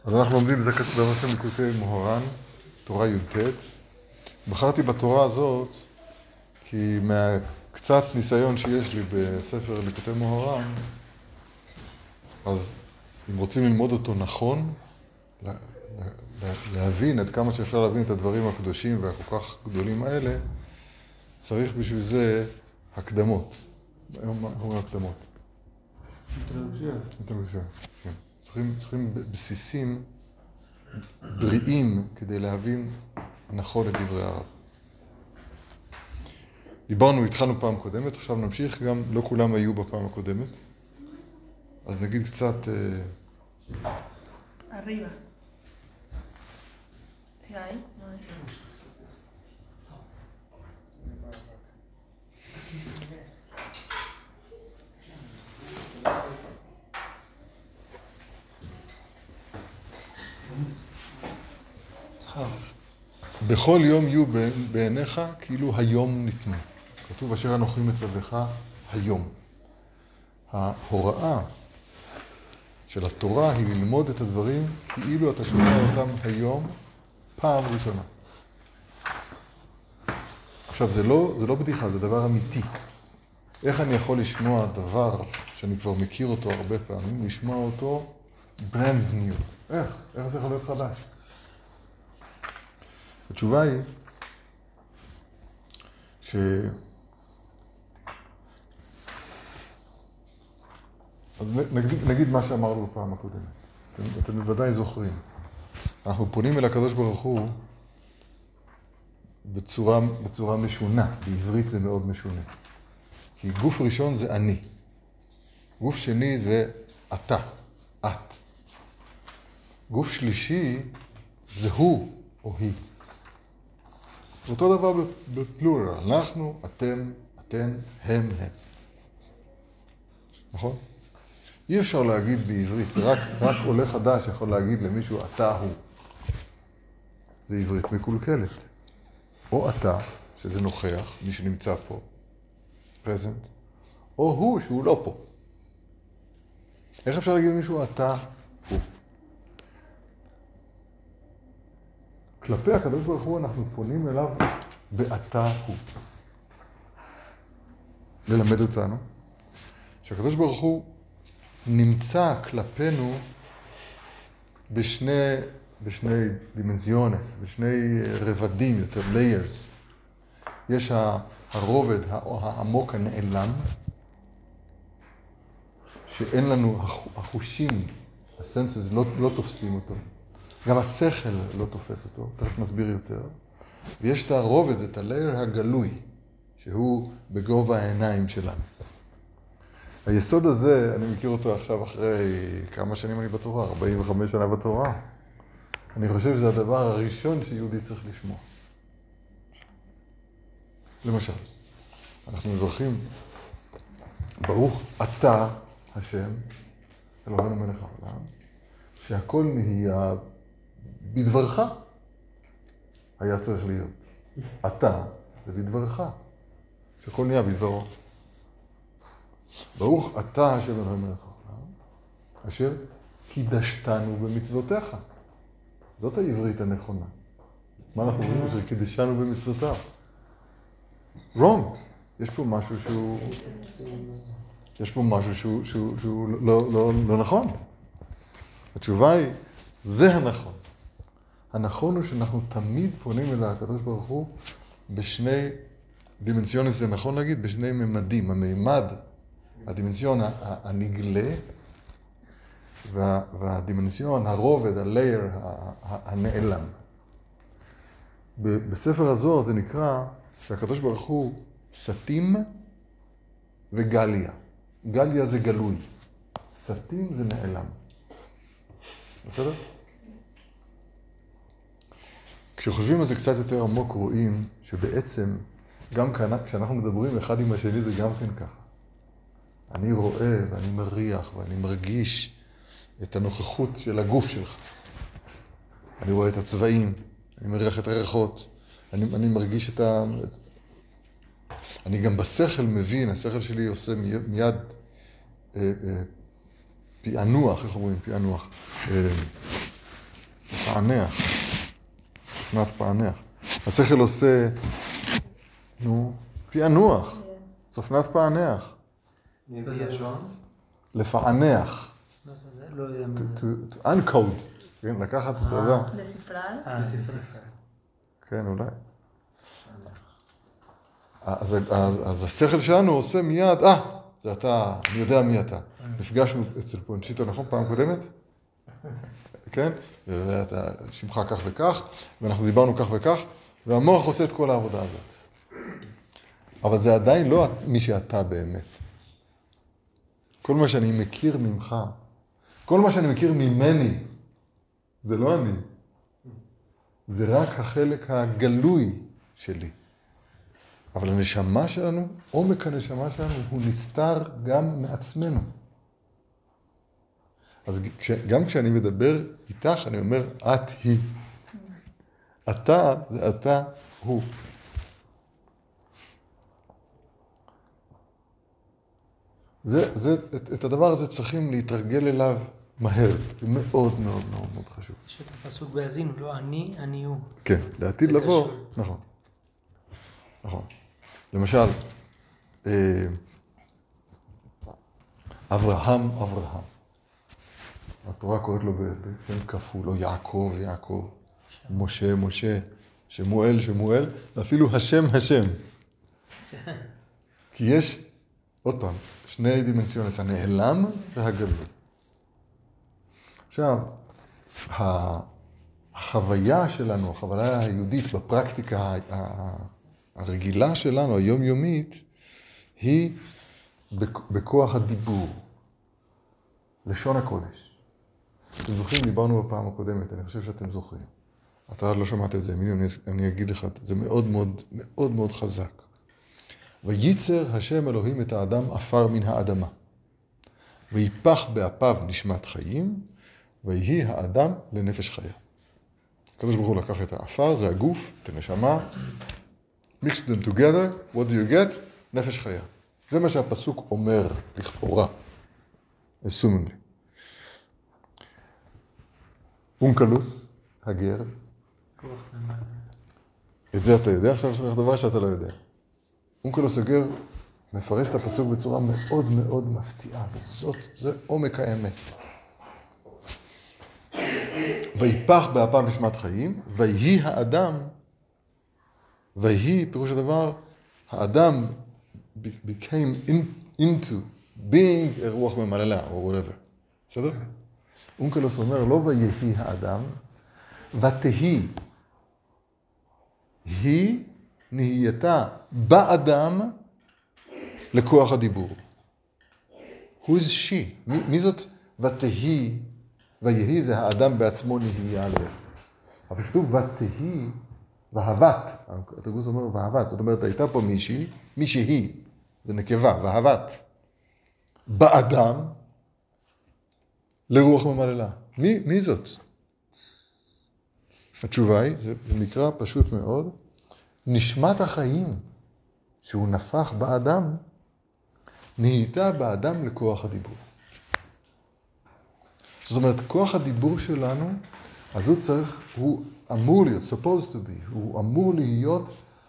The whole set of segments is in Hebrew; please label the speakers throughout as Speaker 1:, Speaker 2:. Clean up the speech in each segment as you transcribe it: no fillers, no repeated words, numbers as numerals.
Speaker 1: אז אנחנו לומדים, זה דבר של ליקוטי מוהר"ן, תורה י"ט. בחרתי בתורה הזאת, כי מהקצת ניסיון שיש לי בספר ליקוטי מוהר"ן, אז אם רוצים ללמוד אותו נכון, להבין עד כמה שאפשר להבין את הדברים הקדושים והכל כך גדולים האלה, צריך בשביל זה הקדמות. מה אומרים הקדמות? אינטרודוקציה. כן. צריכים בסיסים בריאים כדי להבין נכון את דברי הרב. התחלנו פעם קודמת, עכשיו נמשיך, גם לא כולם היו בפעם הקודמת. אז נגיד קצת...
Speaker 2: arriba. ¿Sí hay? No hay.
Speaker 1: בכל יום יהיו בעיניך כאילו היום ניתנו. כתוב אשר אנוכי מצווך היום. ההוראה של התורה היא ללמוד את הדברים כאילו אתה שומע אותם היום פעם ראשונה. עכשיו זה לא בדיחה, זה דבר אמיתי. איך אני יכול לשמוע דבר שאני כבר מכיר אותו הרבה פעמים, לשמוע אותו brand new? איך זה יכול להיות חדש? התשובה היא אז נגיד מה שאמרנו בפעם הקודמת. אתם בוודאי זוכרים. אנחנו פונים אל הקדוש ברוך הוא בצורה משונה. בעברית זה מאוד משונה. כי גוף ראשון זה אני. גוף שני זה אתה, את. גוף שלישי זה הוא או היא. אותו דבר בפלורל. אנחנו, אתם, הם. נכון? אי אפשר להגיד בעברית, זה רק עולה חדש יכול להגיד למישהו, אתה הוא. זה עברית מקולקלת. או אתה, שזה נוכח, מי שנמצא פה, פרזנט, או הוא שהוא לא פה. איך אפשר להגיד למישהו, אתה הוא? כלפי הקדוש ברוך הוא אנחנו פונים אליו באתה הוא. ללמד אותנו שהקדוש ברוך הוא נמצא כלפינו בשני דימנזיונס, בשני רבדים יותר, layers. יש הרובד העמוק הנעלם, שאין לנו החושים, הסנסס לא תופסים אותו. גם השכל לא תופס אותו, תכף נסביר יותר. ויש את הרובד, את הלייר הגלוי, שהוא בגובה העיניים שלנו. היסוד הזה, אני מכיר אותו עכשיו אחרי כמה שנים אני בתורה, 45 שנה בתורה. אני חושב שזה הדבר הראשון שיהודי צריך לשמוע. למשל, אנחנו מברכים, ברוך אתה השם, אלוהינו מלך העולם, שהכל נהיה בדברך, היה צריך להיות. אתה זה בדברך, שהכל נהיה בדברו. ברוך אתה השם אלוהינו מלך העולם, אשר קידשתנו במצוותיך. זאת העברית הנכונה. מה אנחנו אומרים? אשר קידשתנו במצוותיו. wrong. יש פה משהו שהוא לא נכון. התשובה היא, זה הנכון. הנכון הוא שאנחנו תמיד פונים אל הקדוש ברוך הוא בשני דימנסיונס, זה נכון להגיד, בשני ממדים. המימד, הדימנסיון הנגלה, והדימנסיון, הרובד, הלייר, הנעלם. בספר הזוהר זה נקרא שהקדוש ברוך הוא סתים וגליה. גליה זה גלוי. סתים זה נעלם. בסדר? כשחושבים על זה קצת יותר עמוק רואים שבעצם גם כשאנחנו מדברים אחד עם השני זה גם כן ככה. אני רואה ואני מריח ואני מרגיש את הנוכחות של הגוף שלך. אני רואה את הצבעים, אני מריח את הריחות, אני מרגיש אני גם בשכל מבין, השכל שלי עושה מיד פענוח, איך אומרים? פענוח. פענח. סופנת פענח. השכל עושה, פענוח. סופנת פענח.
Speaker 2: מי זה לשון?
Speaker 1: לפענח.
Speaker 2: לא יודע מה זה.
Speaker 1: To uncode. כן, לקחת את הדבר.
Speaker 3: בספרד?
Speaker 2: בספרד.
Speaker 1: כן, אולי. אז השכל שלנו עושה מיד, זה אתה, אני יודע מי אתה. נפגשנו אצל פונצ'יטו, נכון? פעם קודמת? כן? ואתה שמך כך וכך, ואנחנו דיברנו כך וכך, והמוח עושה את כל העבודה הזאת. אבל זה עדיין לא מי שאתה באמת. כל מה שאני מכיר ממך, כל מה שאני מכיר ממני, זה לא אני. זה רק החלק הגלוי שלי. אבל הנשמה שלנו, עומק הנשמה שלנו, הוא נסתר גם מעצמנו. אז גם כשאני מדבר איתך, אני אומר, את היא. אתה זה אתה הוא. את הדבר הזה צריכים להתרגל אליו מהר. זה מאוד מאוד מאוד מאוד חשוב.
Speaker 2: יש את הפסוק בהאזינו, לא אני, אני הוא.
Speaker 1: כן, לעתיד
Speaker 2: זה
Speaker 1: לבוא,
Speaker 2: קשור.
Speaker 1: נכון. נכון. למשל, אברהם. התורה קוראת לו בשם כפול, או יעקב, משה, שמואל, ואפילו השם. כי יש, עוד פעם, שני דימנסיונס, הנעלם והגלוי. עכשיו, החוויה שלנו, החוויה היהודית בפרקטיקה הרגילה שלנו, היומיומית, היא בכוח הדיבור, לשון הקודש. אתם זוכרים, דיברנו בפעם הקודמת, אני חושב שאתם זוכרים. אתה לא שמעת את זה, אני אגיד לך, זה מאוד מאוד מאוד מאוד חזק. וייצר השם אלוהים את האדם עפר מן האדמה. ויפח באפיו נשמת חיים, ויהי האדם לנפש חיה. הקדוש ברוך הוא לקח את האפר, זה הגוף, את הנשמה, mix them together, what do you get? נפש חיה. זה מה שהפסוק אומר, לכאורה, assumingly. אונקלוס, הגר, את זה אתה יודע, עכשיו יש לך דבר שאתה לא יודע. אונקלוס הגר מפרש את הפסוק בצורה מאוד מאוד מפתיעה, וזה עומק האמת. ויפח באפיו נשמת חיים, ויהי האדם, ויהי, פירוש הדבר, האדם became into being רוח ממללה, או whatever. בסדר? אונקלוס אומר, לא ויהי האדם, ותהי. היא נהייתה באדם לכוח הדיבור. Who is she? מי זאת ותהי? ויהי זה האדם בעצמו נהיה לו. אבל כתוב ותהי והבת. התרגוס אומר והבת. זאת אומרת, הייתה פה מישהי, זה נקבה, והבת. באדם לרוח ממללה. מי זאת? התשובה היא, זה מקרא פשוט מאוד, נשמת החיים שהוא נפח באדם, נהייתה באדם לכוח הדיבור. זאת אומרת, כוח הדיבור שלנו, אז הוא אמור להיות, supposed to be, הוא אמור להיות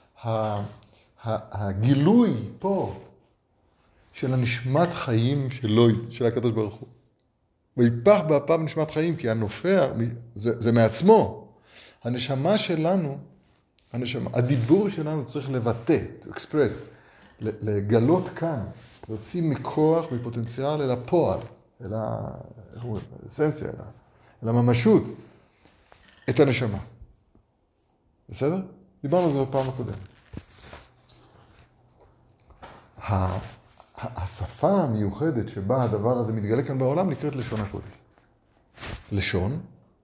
Speaker 1: הגילוי פה של הנשמת חיים של הקדוש ברוך הוא. ויפח באפיו נשמת חיים, כי הנופח, זה מעצמו. הנשמה שלנו, הדיבור שלנו צריך לבטא, to express, לגלות כאן, להוציא מכוח, מפוטנציאל אל הפועל, אל האסנציה, אל הממשות, את הנשמה. בסדר? דיברנו על זה בפעם הקודמת. השפה המיוחדת שבה הדבר הזה מתגלה כאן בעולם נקראת לשון הקודש. לשון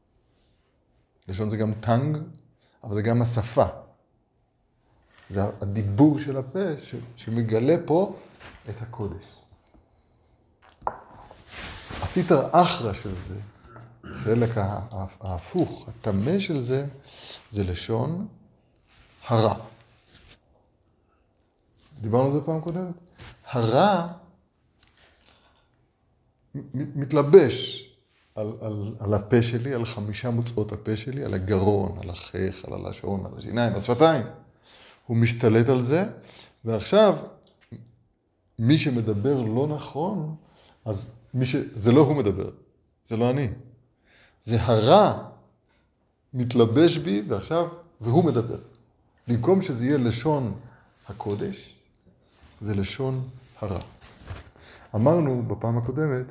Speaker 1: זה גם טנג, אבל זה גם השפה. זה הדיבור של הפה שמגלה פה את הקודש. הסיטר אחרא של זה, חלק ההפוך, הטמא של זה, זה לשון הרע. דיברנו על זה פעם קודמת. הרע מתלבש על הפה שלי, על 5 מוצאות הפה שלי, על הגרון, על החך, על הלשון, על השיניים, על השפתיים. הוא משתלט על זה, ועכשיו, מי שמדבר לא נכון, אז זה לא הוא מדבר, זה לא אני. זה הרע מתלבש בי, והוא מדבר. במקום שזה יהיה לשון הקודש, זה לשון הרע. אמרנו בפעם הקודמת,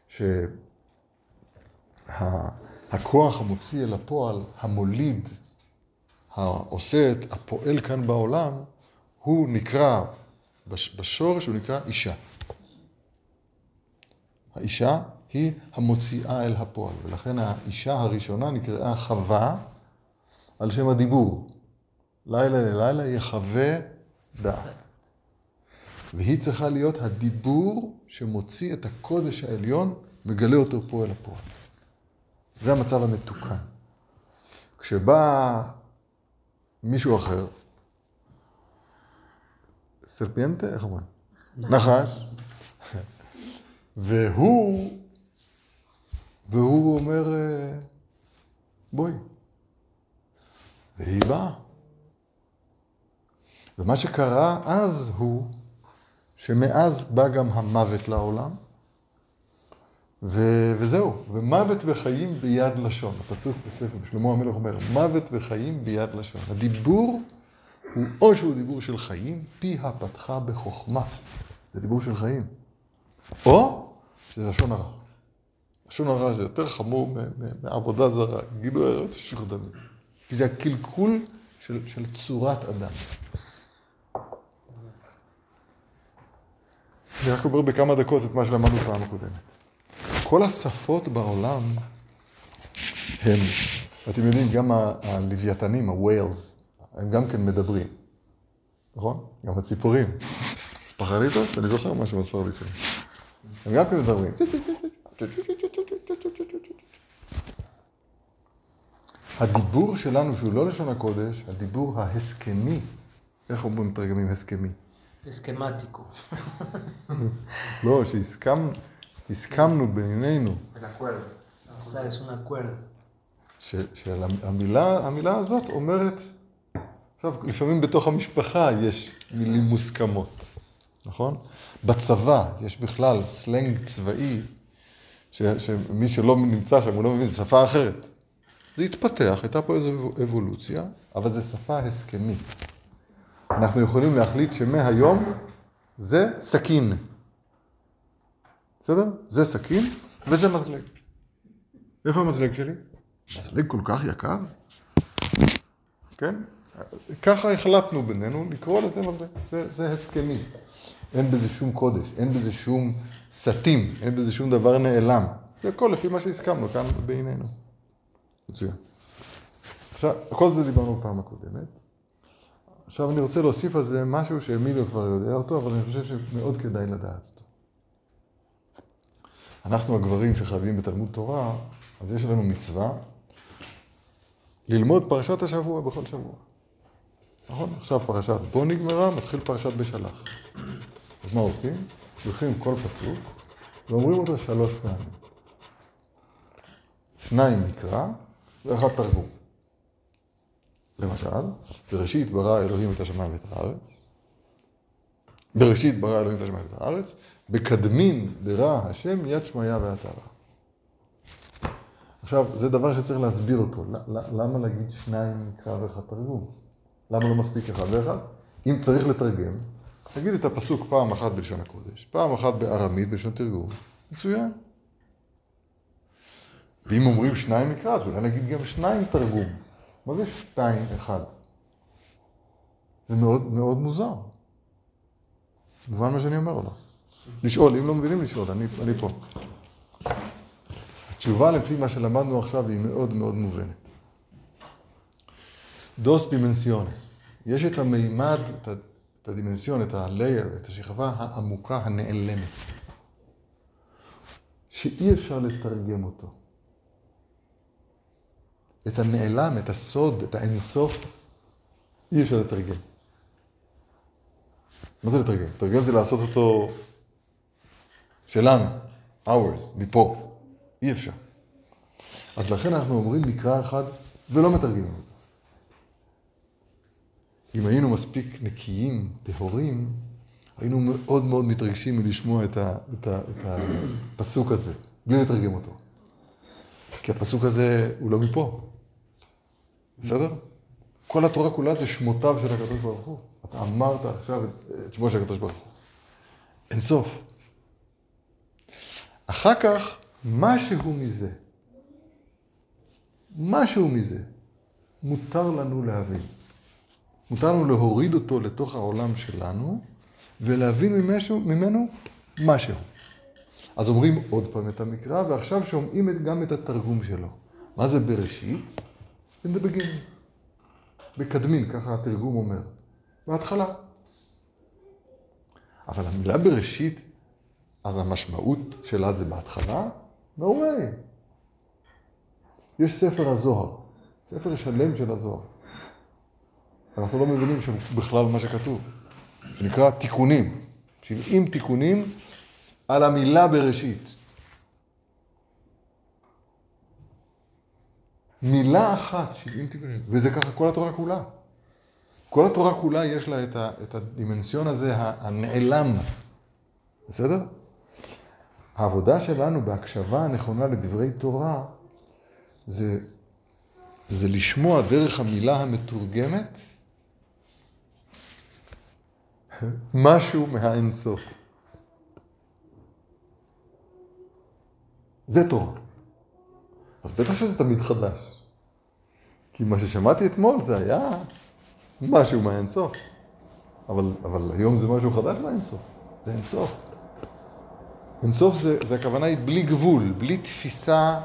Speaker 1: שהכוח המוציא אל הפועל, המוליד, העושה את הפועל כאן בעולם, הוא נקרא, בשורש הוא נקרא אישה. האישה היא המוציאה אל הפועל, ולכן האישה הראשונה נקראה חווה על שם הדיבור. לילה ללילה יחווה דעת. והיא צריכה להיות הדיבור שמוציא את הקודש העליון, מגלה אותו פה אל הפועל. זה המצב המתוקן. כשבא מישהו אחר, סרפיינטה, איך אומרים? נחש. והוא אומר, בואי. והיא באה. ומה שקרה אז הוא, שמאז בא גם המוות לעולם, וזהו, ומוות וחיים ביד לשון. הפסוק בספר, שלמה המלך אומר, מוות וחיים ביד לשון. הדיבור הוא או שהוא דיבור של חיים, פיה פתחה בחוכמה. זה דיבור של חיים. או שזה לשון הרע. לשון הרע זה יותר חמור מעבודה זרה, גילוי עריות ושפיכות דמים. כי זה הקלקול של צורת אדם. אני רק אומר בכמה דקות את מה שלמדנו פעם הקודמת. כל השפות בעולם הם, אתם יודעים, גם הלוויתנים, הווילס, הם גם כן מדברים. נכון? גם הציפורים. ספרדיטוס, אני זוכר משהו בספרדיטוס. הם גם כן מדברים. הדיבור שלנו, שהוא לא לשון הקודש, הדיבור ההסכמי, איך אומרים תרגמים הסכמי?
Speaker 2: הסכמטיקו.
Speaker 1: לא, שהסכמנו בינינו. שהמילה הזאת אומרת, עכשיו, לפעמים בתוך המשפחה יש מילים מוסכמות, נכון? בצבא יש בכלל סלנג צבאי, שמי שלא נמצא שם, הוא לא מבין, זו שפה אחרת. זה התפתח, הייתה פה איזו אבולוציה, אבל זו שפה הסכמית. אנחנו יכולים להחליט שמהיום זה סכין. בסדר? זה סכין וזה מזלג. איפה המזלג שלי? מזלג כל כך יקר? כן? ככה החלטנו בינינו לקרוא לזה מזלג. זה הסכמי. אין בזה שום קודש, אין בזה שום סתים, אין בזה שום דבר נעלם. זה הכל לפי מה שהסכמנו כאן בינינו. מצוין. עכשיו, כל זה דיברנו פעם הקודמת. עכשיו אני רוצה להוסיף על זה משהו שאמיליו כבר יודע אותו, אבל אני חושב שמאוד כדאי לדעת אותו. אנחנו הגברים שחייבים בתלמוד תורה, אז יש לנו מצווה ללמוד פרשת השבוע בכל שבוע. נכון? עכשיו פרשת בו נגמרה, מתחיל פרשת בשלח. אז מה עושים? לוקחים כל פסוק ואומרים אותו 3 פעמים. 2 מקרא ו1 תרגום. למשל, בראשית ברא אלוהים את השמיים ואת הארץ. בראשית ברא אלוהים את השמיים ואת הארץ. בקדמין ברא השם יד שמיה ועטרה. עכשיו, זה דבר שצריך להסביר אותו. למה להגיד 2 מקרא ו1 תרגום? למה לא מספיק 1 ו1? אם צריך לתרגם, תגיד את הפסוק פעם אחת בלשון הקודש, פעם אחת בארמית בלשון תרגום. מצוין. ואם אומרים 2 מקרא, אז אולי נגיד גם 2 תרגום. מה זה 2, 1? זה מאוד מאוד מוזר. מובן מה שאני אומר או לא? לשאול, אם לא מבינים לשאול, אני פה. התשובה לפי מה שלמדנו עכשיו היא מאוד מאוד מובנת. דוס דימנסיונס. יש את המימד, את הדימנסיון, את הלייר, את השכבה העמוקה הנעלמת. שאי אפשר לתרגם אותו. את הנעלם, את הסוד, את האינסוף, אי אפשר לתרגם. מה זה לתרגם? לתרגם זה לעשות אותו שלנו, ours, מפה. אי אפשר. אז לכן אנחנו אומרים מקרא אחד ולא מתרגמים אותו. אם היינו מספיק נקיים, טהורים, היינו מאוד מאוד מתרגשים מלשמוע את הפסוק הזה, בלי לתרגם אותו. כי הפסוק הזה הוא לא מפה. בסדר? כל התורה כולה זה שמותיו של הקדוש ברוך הוא. אתה אמרת עכשיו את שמו של הקדוש ברוך הוא. אין סוף. אחר כך, משהו מזה, מותר לנו להבין. מותר לנו להוריד אותו לתוך העולם שלנו, ולהבין ממנו משהו. אז אומרים עוד פעם את המקרא, ועכשיו שומעים גם את התרגום שלו. מה זה בראשית? In the beginning. בקדמין, ככה התרגום אומר. בהתחלה. אבל המילה בראשית, אז המשמעות שלה זה בהתחלה? No way. יש ספר הזוהר, ספר שלם של הזוהר. אנחנו לא מבינים בכלל מה שכתוב. שנקרא תיקונים. 70 תיקונים על המילה בראשית. מילה אחת, 70 תיקונים. וזה ככה כל התורה כולה. כל התורה כולה יש לה את הדימנסיון הזה הנעלם. בסדר? העבודה שלנו בהקשבה הנכונה לדברי תורה, זה לשמוע דרך המילה המתורגמת משהו מהאינסוף. זה תורה. אז בטח שזה תמיד חדש. כי מה ששמעתי אתמול זה היה משהו מהאינסוף. אבל היום זה משהו חדש מהאינסוף. זה אינסוף. אינסוף זה הכוונה היא בלי גבול, בלי תפיסה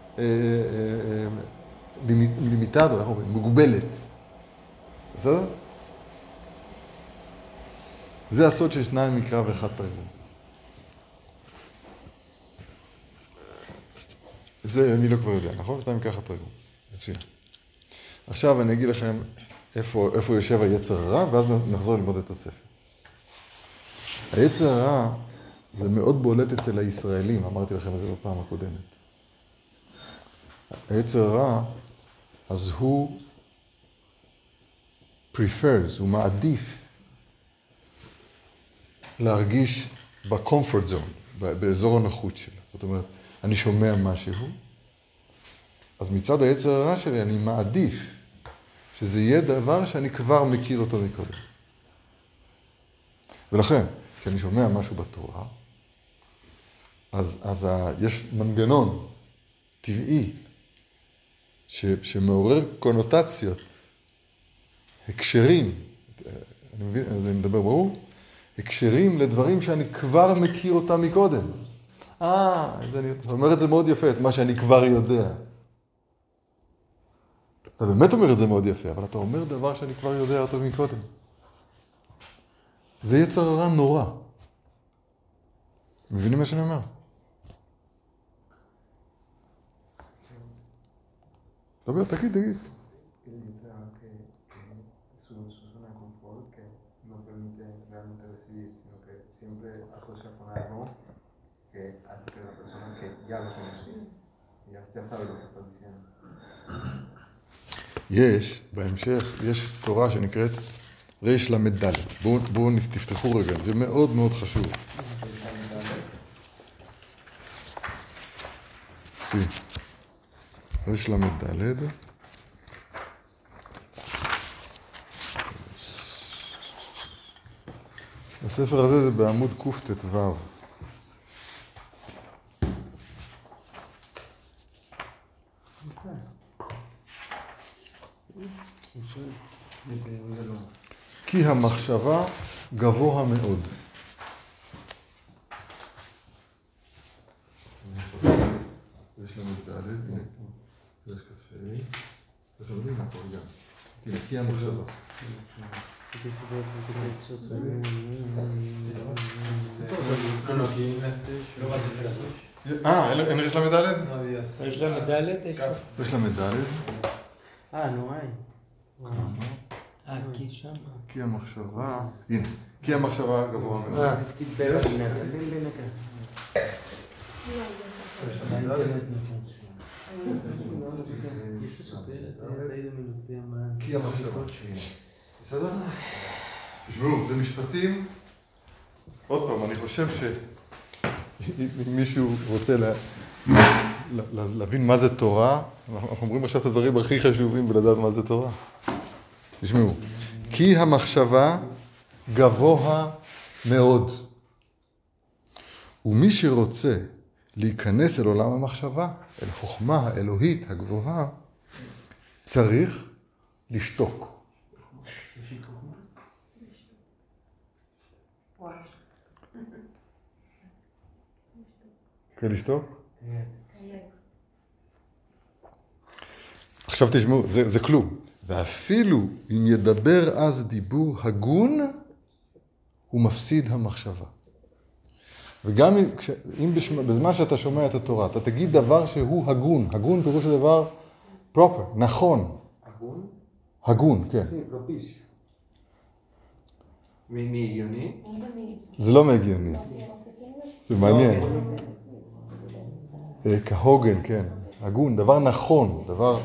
Speaker 1: לימיטדו, איך אומרים? מוגבלת. בסדר? זה הסוד של 2 מקרא ואחד תרגום. זה אני לא כבר יודע, נכון? 2 מקרא ואחד תרגום. מצוין. עכשיו אני אגיד לכם איפה יושב היצר הרע, ואז נחזור ללמוד את הספר. היצר הרע זה מאוד בולט אצל הישראלים, אמרתי לכם את זה בפעם הקודמת. היצר הרע, אז הוא prefers, הוא מעדיף להרגיש ב-comfort zone, באזור הנוחות שלו. זאת אומרת, אני שומע משהו, אז מצד היצר הרע שלי אני מעדיף שזה יהיה דבר שאני כבר מכיר אותו מקודם. ולכן, כשאני שומע משהו בתורה, אז יש מנגנון טבעי שמעורר קונוטציות, הקשרים, אני מבין, אני מדבר ברור? הקשרים לדברים שאני כבר מכיר אותם מקודם. אתה אומר את זה מאוד יפה, את מה שאני כבר יודע. אתה באמת אומר את זה מאוד יפה, אבל אתה אומר דבר שאני כבר יודע אותו מקודם. זה יצר הרע נורא. מבינים מה שאני אומר? דבר, תגיד. בהמשך, יש תורה שנקראת ריש למד ד'. בואו תפתחו רגע, זה מאוד מאוד חשוב. ריש למד ד'. הספר הזה זה בעמוד קט"ו. כי המחשבה גבוה מאוד. יש לנו ד', הנה, יש קפה, יש לנו ד' פה גם. כי המחשבה. אין יש למד ד'?
Speaker 2: יש למד ד'?
Speaker 1: יש למד ד'.
Speaker 2: נו, כי שם.
Speaker 1: כי המחשבה, הנה, כי המחשבה גבוה מאוד.
Speaker 2: Eso supera de מילותיה מה...
Speaker 1: כי המחשבה. בסדר? תשמעו, זה משפטים. עוד פעם, אני חושב שאם מישהו רוצה להבין מה זה תורה, אנחנו אומרים עכשיו את הדברים הכי חשובים ולדעת מה זה תורה. תשמעו, כי המחשבה גבוה מאוד. ומי שרוצה להיכנס אל עולם המחשבה, אל החוכמה האלוהית הגבוהה, צריך לשתוק. כן, לשתוק? עכשיו תשמעו, זה כלום. ואפילו אם ידבר אז דיבור הגון, הוא מפסיד המחשבה. וגם אם בזמן שאתה שומע את התורה, אתה תגיד דבר שהוא הגון. הגון פירוש הדבר פרופר, נכון.
Speaker 3: הגון?
Speaker 1: הגון, כן.
Speaker 3: פרופיש. מהגיוני?
Speaker 1: זה לא מהגיוני. זה מעניין. כהוגן, כן. הגון, דבר נכון, דבר...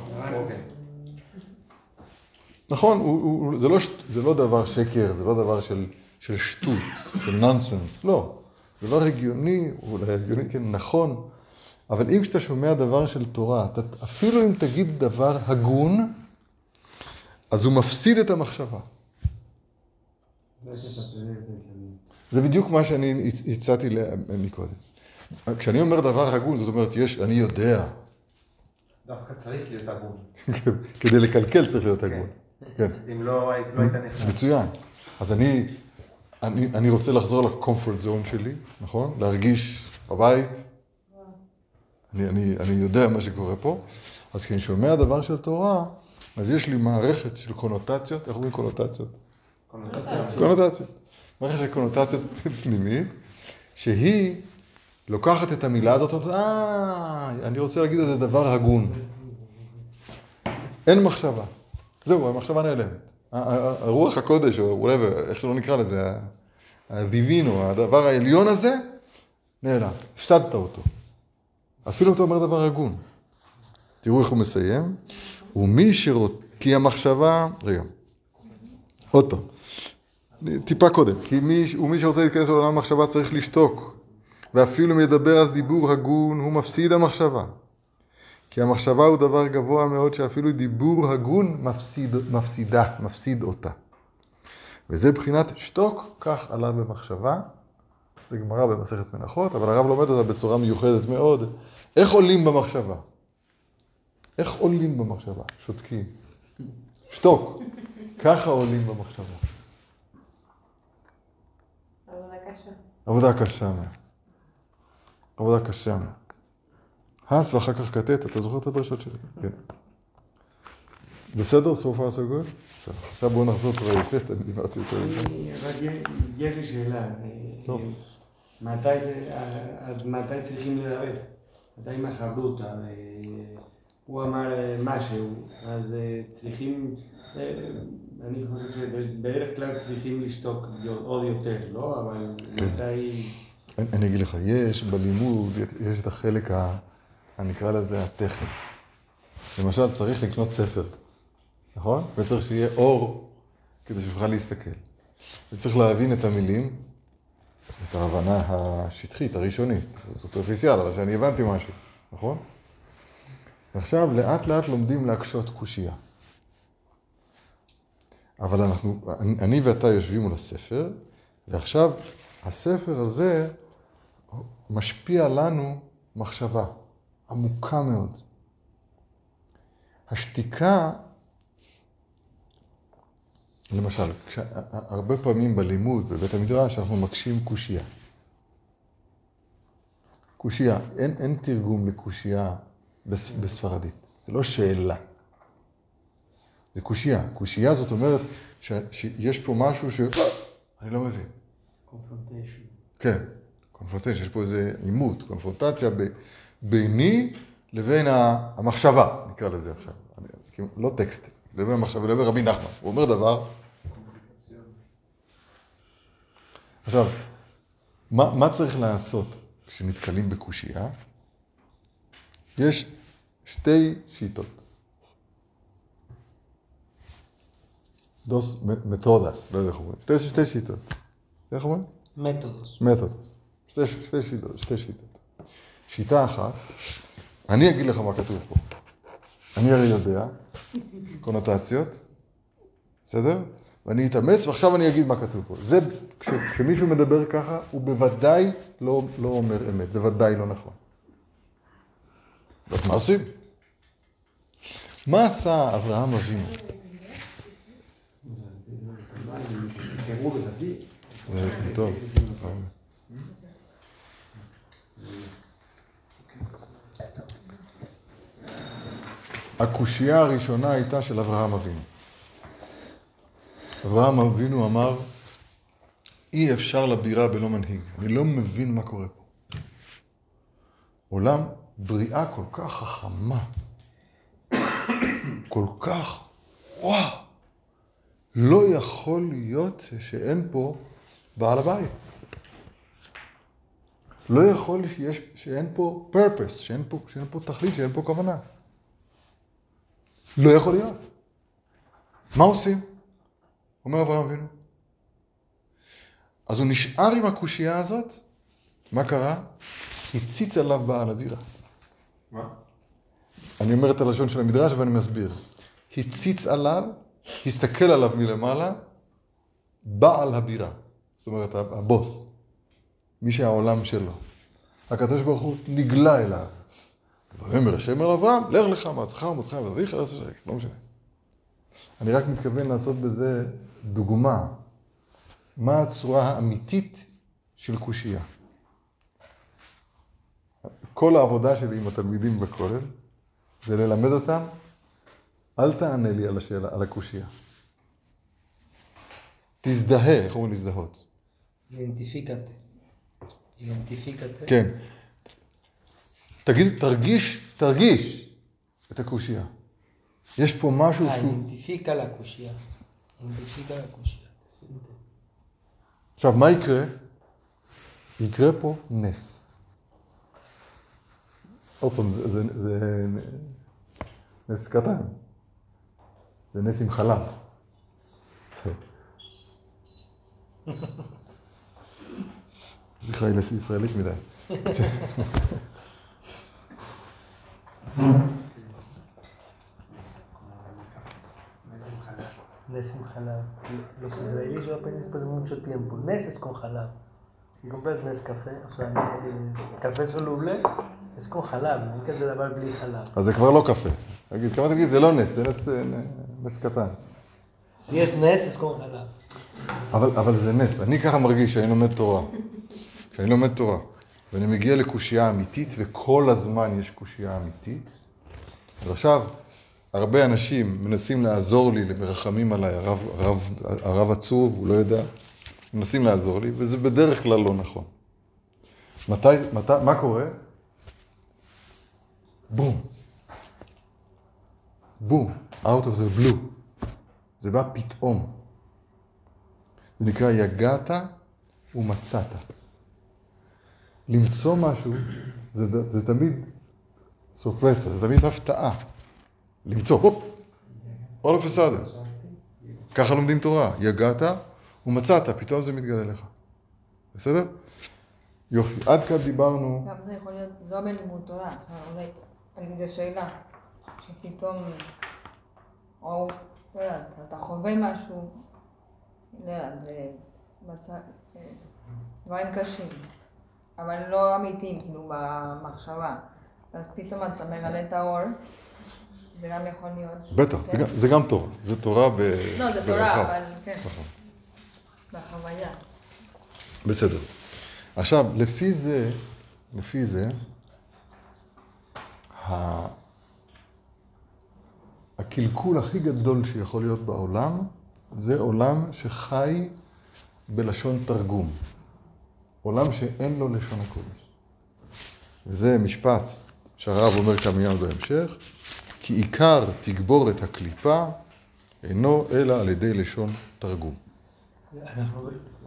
Speaker 1: נכון, זה לא דבר שקר, זה לא דבר של שטות, של נונסנס, לא. זה לא הגיוני, אולי הגיוני, כן, נכון. אבל אם כשאתה שומע דבר של תורה, אפילו אם תגיד דבר הגון, אז הוא מפסיד את המחשבה. זה בדיוק מה שאני הצעתי מקודם. כשאני אומר דבר הגון, זאת אומרת, אני יודע.
Speaker 3: דווקא צריך להיות הגון.
Speaker 1: כדי לקלקל צריך להיות הגון. כן.
Speaker 3: אם לא היית נכנס.
Speaker 1: מצוין. אז אני רוצה לחזור לקומפורט זון שלי, נכון? להרגיש בבית. אני יודע מה שקורה פה. אז כשאני שומע דבר של תורה, אז יש לי מערכת של קונוטציות. איך אומרים קונוטציות? קונוטציות. מערכת של קונוטציות פנימית, שהיא לוקחת את המילה הזאת, אני רוצה להגיד את זה דבר הגון. אין מחשבה. זהו, המחשבה נעלמת. הרוח הקודש, או whatever, איך שלא נקרא לזה, הדיבינו, הדבר העליון הזה, נעלם. הפסדת אותו. אפילו אם אתה אומר דבר הגון. תראו איך הוא מסיים. כי המחשבה, רגע, עוד פעם, טיפה קודם, ומי שרוצה להתכנס לעולם המחשבה צריך לשתוק, ואפילו אם ידבר אז דיבור הגון, הוא מפסיד המחשבה. כי המחשבה הוא דבר גבוה מאוד שאפילו דיבור הגון מפסיד אותה. וזה בחינת שתוק, כך עלה במחשבה. זה גמרא במסכת מנחות, אבל הרב לומד אותה בצורה מיוחדת מאוד. איך עולים במחשבה? איך עולים במחשבה? שותקים. שתוק. ככה עולים במחשבה.
Speaker 4: עבודה קשה.
Speaker 1: עבודה קשה. עבודה קשה. הס ואחר כך קטט, אתה זוכר את הדרשות שלי? כן. בסדר? So far so good? בסדר. עכשיו בואו נחזור כבר יפת, אני דיברתי יותר.
Speaker 2: יש לי שאלה.
Speaker 1: טוב.
Speaker 2: מתי צריכים לדבר? מתי מחברותא? הוא אמר משהו, אז צריכים, אני חושב שבדרך כלל צריכים לשתוק עוד יותר, לא? אבל מתי...
Speaker 1: אני אגיד לך, יש בלימוד, יש את החלק, אני אקרא לזה הטכני. למשל, צריך לקנות ספר, נכון? וצריך שיהיה אור כדי שיוכל להסתכל. וצריך להבין את המילים, את ההבנה השטחית, הראשונית. זה סופרפיציאל, אבל שאני הבנתי משהו, נכון? ועכשיו, לאט לאט לומדים להקשות קושייה. אבל אני ואתה יושבים מול הספר, ועכשיו הספר הזה משפיע לנו מחשבה עמוקה מאוד. השתיקה, למשל, הרבה פעמים בלימוד, בבית המדרש, אנחנו מקשים קושייה. קושייה, אין תרגום לקושייה בספרדית. זה לא שאלה. זה קושייה. קושייה זאת אומרת שיש פה משהו אני לא מבין.
Speaker 2: קונפרונטיישן.
Speaker 1: כן, קונפרונטיישן. יש פה איזה עימות, קונפרונטציה ביני לבין המחשבה, נקרא לזה עכשיו. לא טקסט, לבין המחשבה, לבין רבי נחמן. הוא אומר דבר. עכשיו, מה צריך לעשות כשנתקלים בקושייה? יש שתי שיטות. דוס מתודס, לא יודע איך אומרים. שתי שיטות. איך אומרים?
Speaker 2: מתודוס.
Speaker 1: מתודוס. שתי שיטות. שיטה אחת, אני אגיד לך מה כתוב פה. אני הרי יודע, קונוטציות, בסדר? ואני אתאמץ, ועכשיו אני אגיד מה כתוב פה. זה, כשמישהו מדבר ככה, הוא בוודאי לא אומר אמת. זה ודאי לא נכון. אז מה עושים? מה עשה אברהם אבינו? זה טוב. הקושייה הראשונה הייתה של אברהם אבינו. אברהם אבינו אמר, אי אפשר לבירה בלא מנהיג. אני לא מבין מה קורה פה. עולם בריאה כל כך חכמה, כל כך, וואו, לא יכול להיות שאין פה בעל הבית. לא יכול שאין פה purpose, שאין פה תכלית, שאין פה כוונה. לא יכול להיות. מה עושים? אומר אברהם אבינו. אז הוא נשאר עם הקושייה הזאת. מה קרה? הציץ עליו בעל הבירה.
Speaker 3: מה?
Speaker 1: אני אומר את הלשון של המדרש ואני מסביר. הציץ עליו, הסתכל עליו מלמעלה, בעל הבירה. זאת אומרת, הבוס. מי שהעולם שלו. הקדוש ברוך הוא נגלה אליו. ואומר השם אל אברהם, לך לך מעצמך ומותך ואביך ארץ אשר. לא משנה. אני רק מתכוון לעשות בזה דוגמה. מה הצורה האמיתית של קושייה? כל העבודה שלי עם התלמידים בכולל, זה ללמד אותם, אל תענה לי על השאלה, על הקושייה. תזדהה, איך אומרים להזדהות?
Speaker 2: אידנטיפיקטה.
Speaker 1: כן. תגיד, תרגיש את הקושייה. יש פה משהו שהוא...
Speaker 2: אידנטיפיקה לקושייה. אידנטיפיקה לקושייה.
Speaker 1: עכשיו, מה יקרה? יקרה פה נס. עוד פעם, זה נס קטן. זה נס עם חלב. בכלל נס ישראלית מדי.
Speaker 4: Nes sin jalab. Los israelíes yo apenas después de mucho tiempo. Nes es con jalab. Si compras Nescafé, o sea, café soluble, es con jalab. No hay que hacer דבר בלי חלב.
Speaker 1: אז זה כבר לא קפה. כמה תגיד, זה לא נס, זה נס קטן.
Speaker 4: Si es nes, es con jalab.
Speaker 1: אבל זה נס. אני ככה מרגיש שאני לומד תורה. כשאני לומד תורה, ואני מגיע לקושייה אמיתית, וכל הזמן יש קושייה אמיתית. אז עכשיו, הרבה אנשים מנסים לעזור לי, מרחמים עליי, הרב עצוב, הוא לא יודע, מנסים לעזור לי, וזה בדרך כלל לא נכון. מה קורה? בום. בום. Out of the blue. זה בא פתאום. זה נקרא יגעת ומצאת. למצוא משהו, זה תמיד סורפרסה, זה תמיד הפתעה. למצוא, הופ, all of a sudden. ככה לומדים תורה, יגעת ומצאת, פתאום זה מתגלה לך. בסדר? יופי, עד כאן דיברנו...
Speaker 5: גם זה יכול להיות לא בלימוד תורה, אולי על איזה שאלה, שפתאום, או, לא יודעת, אתה חווה משהו, לא יודעת, דברים קשים, אבל לא אמיתיים, כאילו, במחשבה. אז פתאום אתה מגלה את האור, זה גם יכול להיות...
Speaker 1: בטח, זה גם תורה, זה תורה ברחב.
Speaker 5: לא, זה תורה, אבל כן. בחוויה.
Speaker 1: בסדר. עכשיו, לפי זה, הקלקול הכי גדול שיכול להיות בעולם, זה עולם שחי בלשון תרגום. עולם שאין לו לשון הקודש. וזה משפט שהרב אומר כאן מיד בהמשך, כי עיקר תגבורת הקליפה אינו אלא על ידי לשון תרגום.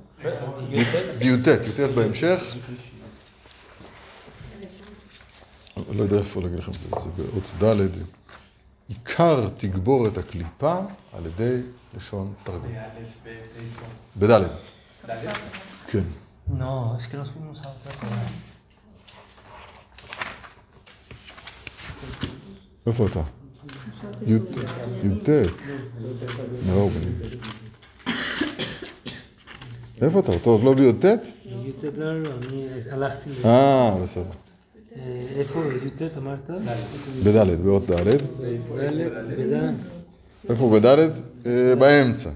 Speaker 1: זה י"ט בהמשך. לא יודע איפה להגיד לכם את זה, זה באות ד' עיקר תגבורת הקליפה על ידי לשון תרגום. בד'. כן.
Speaker 4: No, es que nos fuimos a otra cosa.
Speaker 1: איפה אתה? י"ט. לא, איפה אתה? אתה עוד לא בי"ט?
Speaker 4: י"ט, לא, אני הלכתי
Speaker 1: בסדר.
Speaker 4: איפה י"ט אמרת?
Speaker 1: בד', באות ד'.
Speaker 4: בד'.
Speaker 1: איפה בד'? באמצע.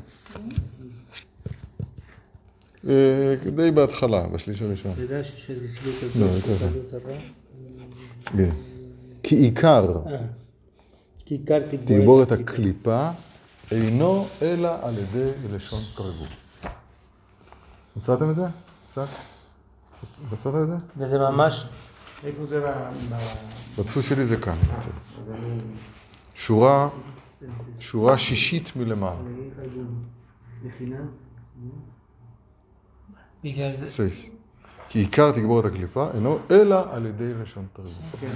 Speaker 1: די בהתחלה, בשליש הראשון.
Speaker 4: בד' של סביבות הזאת.
Speaker 1: לא, יותר. כן. כי עיקר
Speaker 4: כי עיקר
Speaker 1: תגבורת הקליפה אינו אלא על ידי לשון תרגום. מצאתם את זה? מצאת את זה?
Speaker 4: וזה ממש...
Speaker 2: איפה זה
Speaker 1: בדפוס שלי זה כאן. שורה שישית מלמעלה.
Speaker 4: בגלל זה...
Speaker 1: סייס. כי עיקר תגבורת הקליפה אינו אלא על ידי לשון תרגום.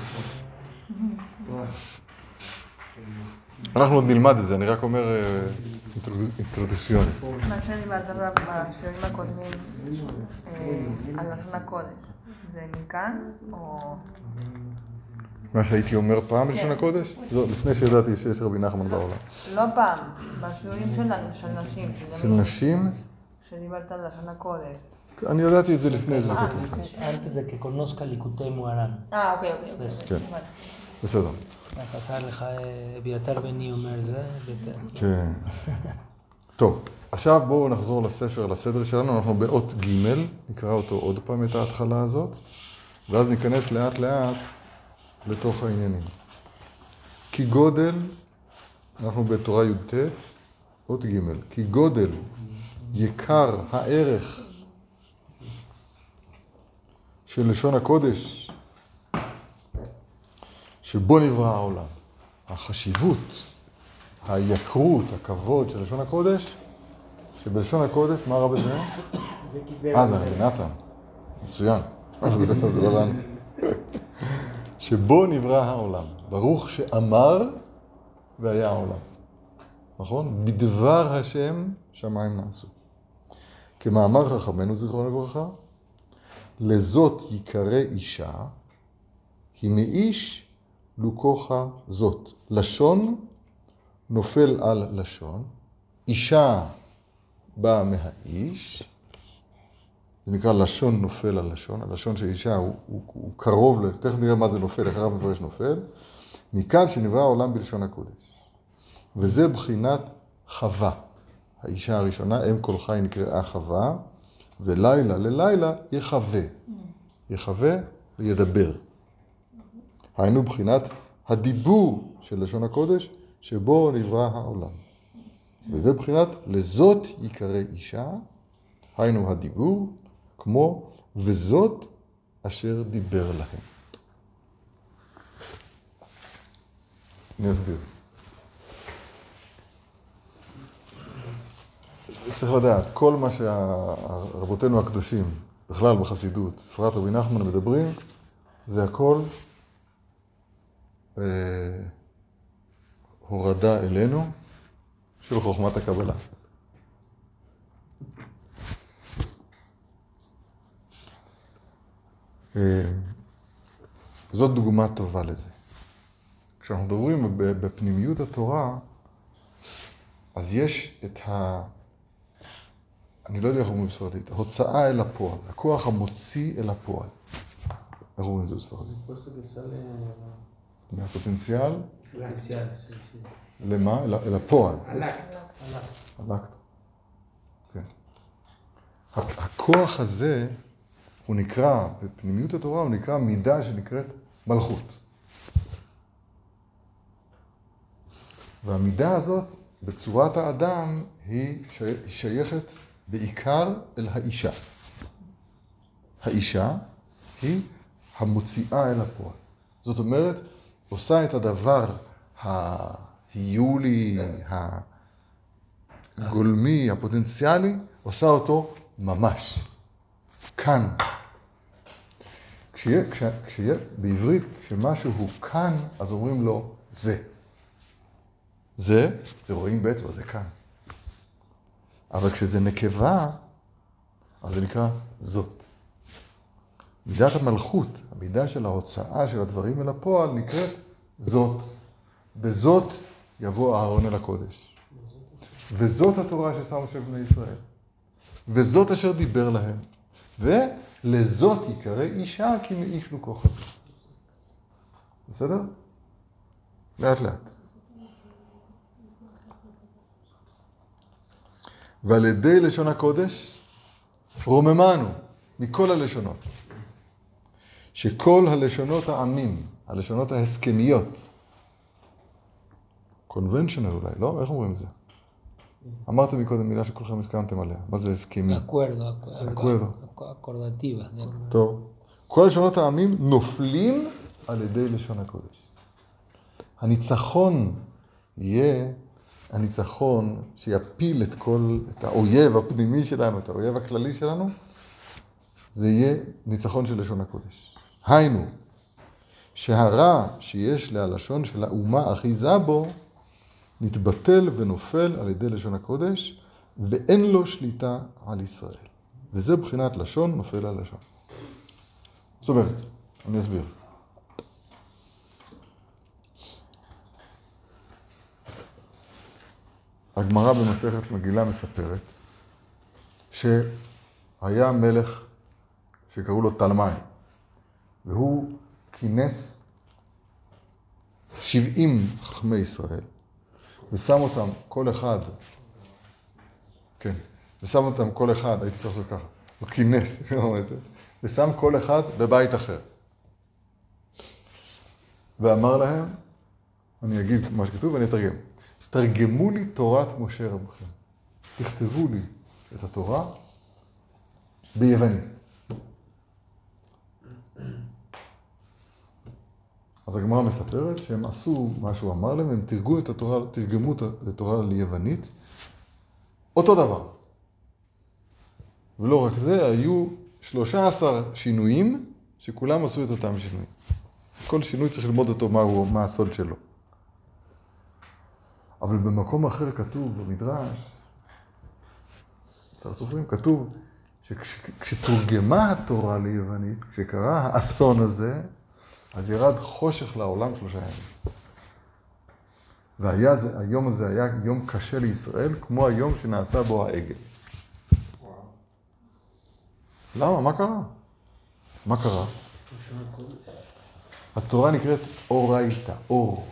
Speaker 1: אנחנו עוד נלמד את זה, אני רק אומר אינטרודקציוני.
Speaker 5: מה שדיברת בשיעורים הקודמים על לשון הקודש, זה מכאן או...
Speaker 1: מה שהייתי אומר פעם בלשון הקודש? זו, לפני שידעתי שיש רבי נחמן בעולם.
Speaker 5: לא פעם, בשיעורים שלנו, של נשים.
Speaker 1: של נשים?
Speaker 5: שדיברת על לשון הקודש.
Speaker 1: אני ידעתי את זה לפני זה.
Speaker 4: antes de que conozca ליקוטי מוהר"ן.
Speaker 5: אוקיי.
Speaker 1: כן, בסדר.
Speaker 4: חסר לך אביתר בני אומר זה.
Speaker 1: כן. טוב, עכשיו בואו נחזור לספר, לסדר שלנו. אנחנו באות ג', נקרא אותו עוד פעם את ההתחלה הזאת, ואז ניכנס לאט לאט לתוך העניינים. כי גודל, אנחנו בתורה י"ט, אות ג', כי גודל יקר הערך של לשון הקודש שבו נברא העולם. החשיבות, היקרות, הכבוד של לשון הקודש, שבלשון הקודש, מה רע בזה? זה רבי נתן. מצוין. זה לא לנו. שבו נברא העולם. ברוך שאמר והיה העולם. נכון? בדבר השם שמיים נעשו. כמאמר חכמינו זיכרונו לברכה, לזאת יקרא אישה, כי מאיש לוקוחה זאת. לשון נופל על לשון, אישה באה מהאיש, זה נקרא לשון נופל על לשון, הלשון של אישה הוא קרוב, תכף נראה מה זה נופל, איך הרב מפרש נופל, מכאן שנברא העולם בלשון הקודש. וזה בחינת חווה. האישה הראשונה, אם כל חי נקראה חווה, ולילה ללילה יחווה. יחווה וידבר. היינו בחינת הדיבור של לשון הקודש, שבו נברא העולם. וזה בחינת לזאת יקרא אישה, היינו הדיבור, כמו וזאת אשר דיבר להם. אני אסביר. צריך לדעת, כל מה שרבותינו הקדושים, בכלל בחסידות, בפרט רבי נחמן מדברים, זה הכל הורדה אלינו של חוכמת הקבלה. זאת דוגמה טובה לזה. כשאנחנו מדברים בפנימיות התורה, אז יש את אני לא יודע איך אומרים בספרדית, הוצאה אל הפועל, הכוח המוציא אל הפועל. איך אומרים את זה בספרדית? מהפוטנציאל? למה? אל הפועל. אלקט. כן. הכוח הזה, הוא נקרא, בפנימיות התורה הוא נקרא מידה שנקראת מלכות. והמידה הזאת, בצורת האדם, היא שייכת בעיקר אל האישה. האישה היא המוציאה אל הפועל. זאת אומרת, עושה את הדבר ההיולי, הגולמי, הפוטנציאלי, עושה אותו ממש. כאן. כשיהיה בעברית, כשמשהו הוא כאן, אז אומרים לו זה. זה רואים באצבע, זה כאן. אבל כשזה נקבה, אז זה נקרא זאת. מידת המלכות, המידה של ההוצאה של הדברים אל הפועל, נקראת זאת. בזאת יבוא אהרון אל הקודש. וזאת התורה ששם משה בני ישראל. וזאת אשר דיבר להם. ולזאת יקרא אישה כי מאיש לו כוח הזה. בסדר? לאט לאט. ועל ידי לשון הקודש רוממנו מכל הלשונות. שכל הלשונות העמים, הלשונות ההסכמיות, conventional אולי, לא? איך אומרים את זה? אמרתם מקודם מילה שכולכם הסכמתם עליה. מה זה הסכמי?
Speaker 4: אקורדטיבה.
Speaker 1: טוב. כל הלשונות העמים נופלים על ידי לשון הקודש. הניצחון יהיה הניצחון שיפיל את האויב הפנימי שלנו, את האויב הכללי שלנו, זה יהיה ניצחון של לשון הקודש. היינו, שהרע שיש ללשון של האומה אחיזה בו, נתבטל ונופל על ידי לשון הקודש, ואין לו שליטה על ישראל. וזה בחינת לשון נופל על לשון. זאת אומרת, אני אסביר. הגמרא במסכת מגילה מספרת שהיה מלך שקראו לו תלמי, והוא כינס 70 חכמי ישראל, ושם אותם כל אחד, ושם אותם כל אחד, הייתי צריך לעשות ככה, הוא כינס, ושם כל אחד בבית אחר. ואמר להם, אני אגיד מה שכתוב ואני אתרגם, תרגמו לי תורת משה רבכם. תכתבו לי את התורה ביוונית. אז הגמרא מספרת שהם עשו מה שהוא אמר להם, הם תרגמו את התורה ליוונית, אותו דבר. ולא רק זה, היו 13 שינויים שכולם עשו את אותם שינויים. כל שינוי צריך ללמוד אותו מה הסוד שלו. אבל במקום אחר כתוב, במדרש, כתוב שכשתורגמה התורה ליוונית, כשקרה האסון הזה, אז ירד חושך לעולם 3 ימים. והיום הזה היה יום קשה לישראל, כמו היום שנעשה בו העגל. למה? מה קרה? מה קרה? התורה נקראת אורייתא, אור.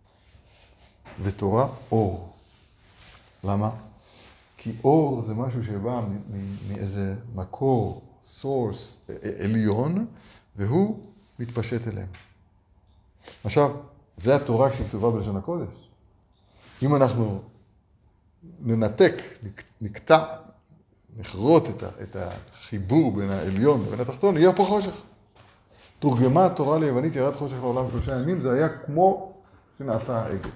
Speaker 1: ותורה אור. למה? כי אור זה משהו שבא מאיזה מקור, סורס עליון, והוא מתפשט אליהם. עכשיו, זה התורה כשכתובה בלשון הקודש. אם אנחנו ננתק, נקטע, נחרוט את החיבור בין העליון ובין התחתון, יהיה פה חושך. תורגמה התורה ליוונית, ירד חושך לעולם 3 ימים, זה היה כמו שנעשה העגל.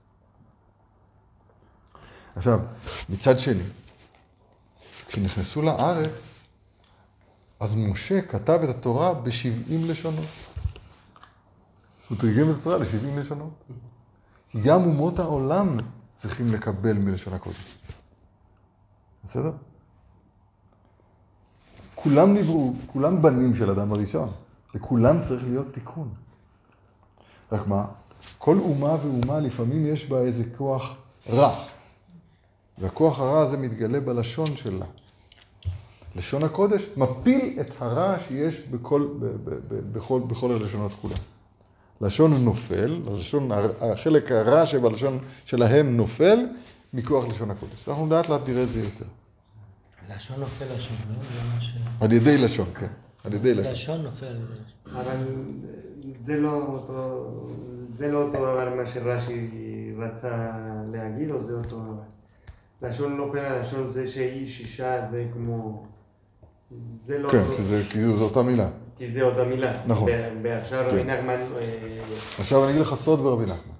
Speaker 1: עכשיו, מצד שני, כשנכנסו לארץ, אז משה כתב את התורה ב70 לשונות. הוא תרגם את התורה ל70 לשונות. כי גם אומות העולם צריכים לקבל מלשון הקודש. בסדר? כולם נבראו, כולם בנים של אדם הראשון. לכולם צריך להיות תיקון. רק מה? כל אומה ואומה לפעמים יש בה איזה כוח רע. והכוח הרע הזה מתגלה בלשון שלה. לשון הקודש מפיל את הרע שיש בכל הלשונות כולם. לשון נופל, החלק הרע שבלשון שלהם נופל מכוח לשון הקודש. אנחנו לאט לאט נראה את זה יותר.
Speaker 4: לשון נופל לשון, לא? זה מה ש...
Speaker 1: על ידי לשון, כן. על ידי לשון.
Speaker 4: לשון נופל על ידי לשון.
Speaker 2: אבל זה לא אותו דבר מה שרש"י רצה להגיד, או זה אותו דבר? לשון נופל על לשון זה שאיש אישה זה כמו... זה לא...
Speaker 1: כן, כי זו אותה מילה.
Speaker 2: כי זה אותה מילה.
Speaker 1: נכון.
Speaker 2: ועכשיו רבי נחמן...
Speaker 1: עכשיו אני אגיד לך סוד ברבי נחמן.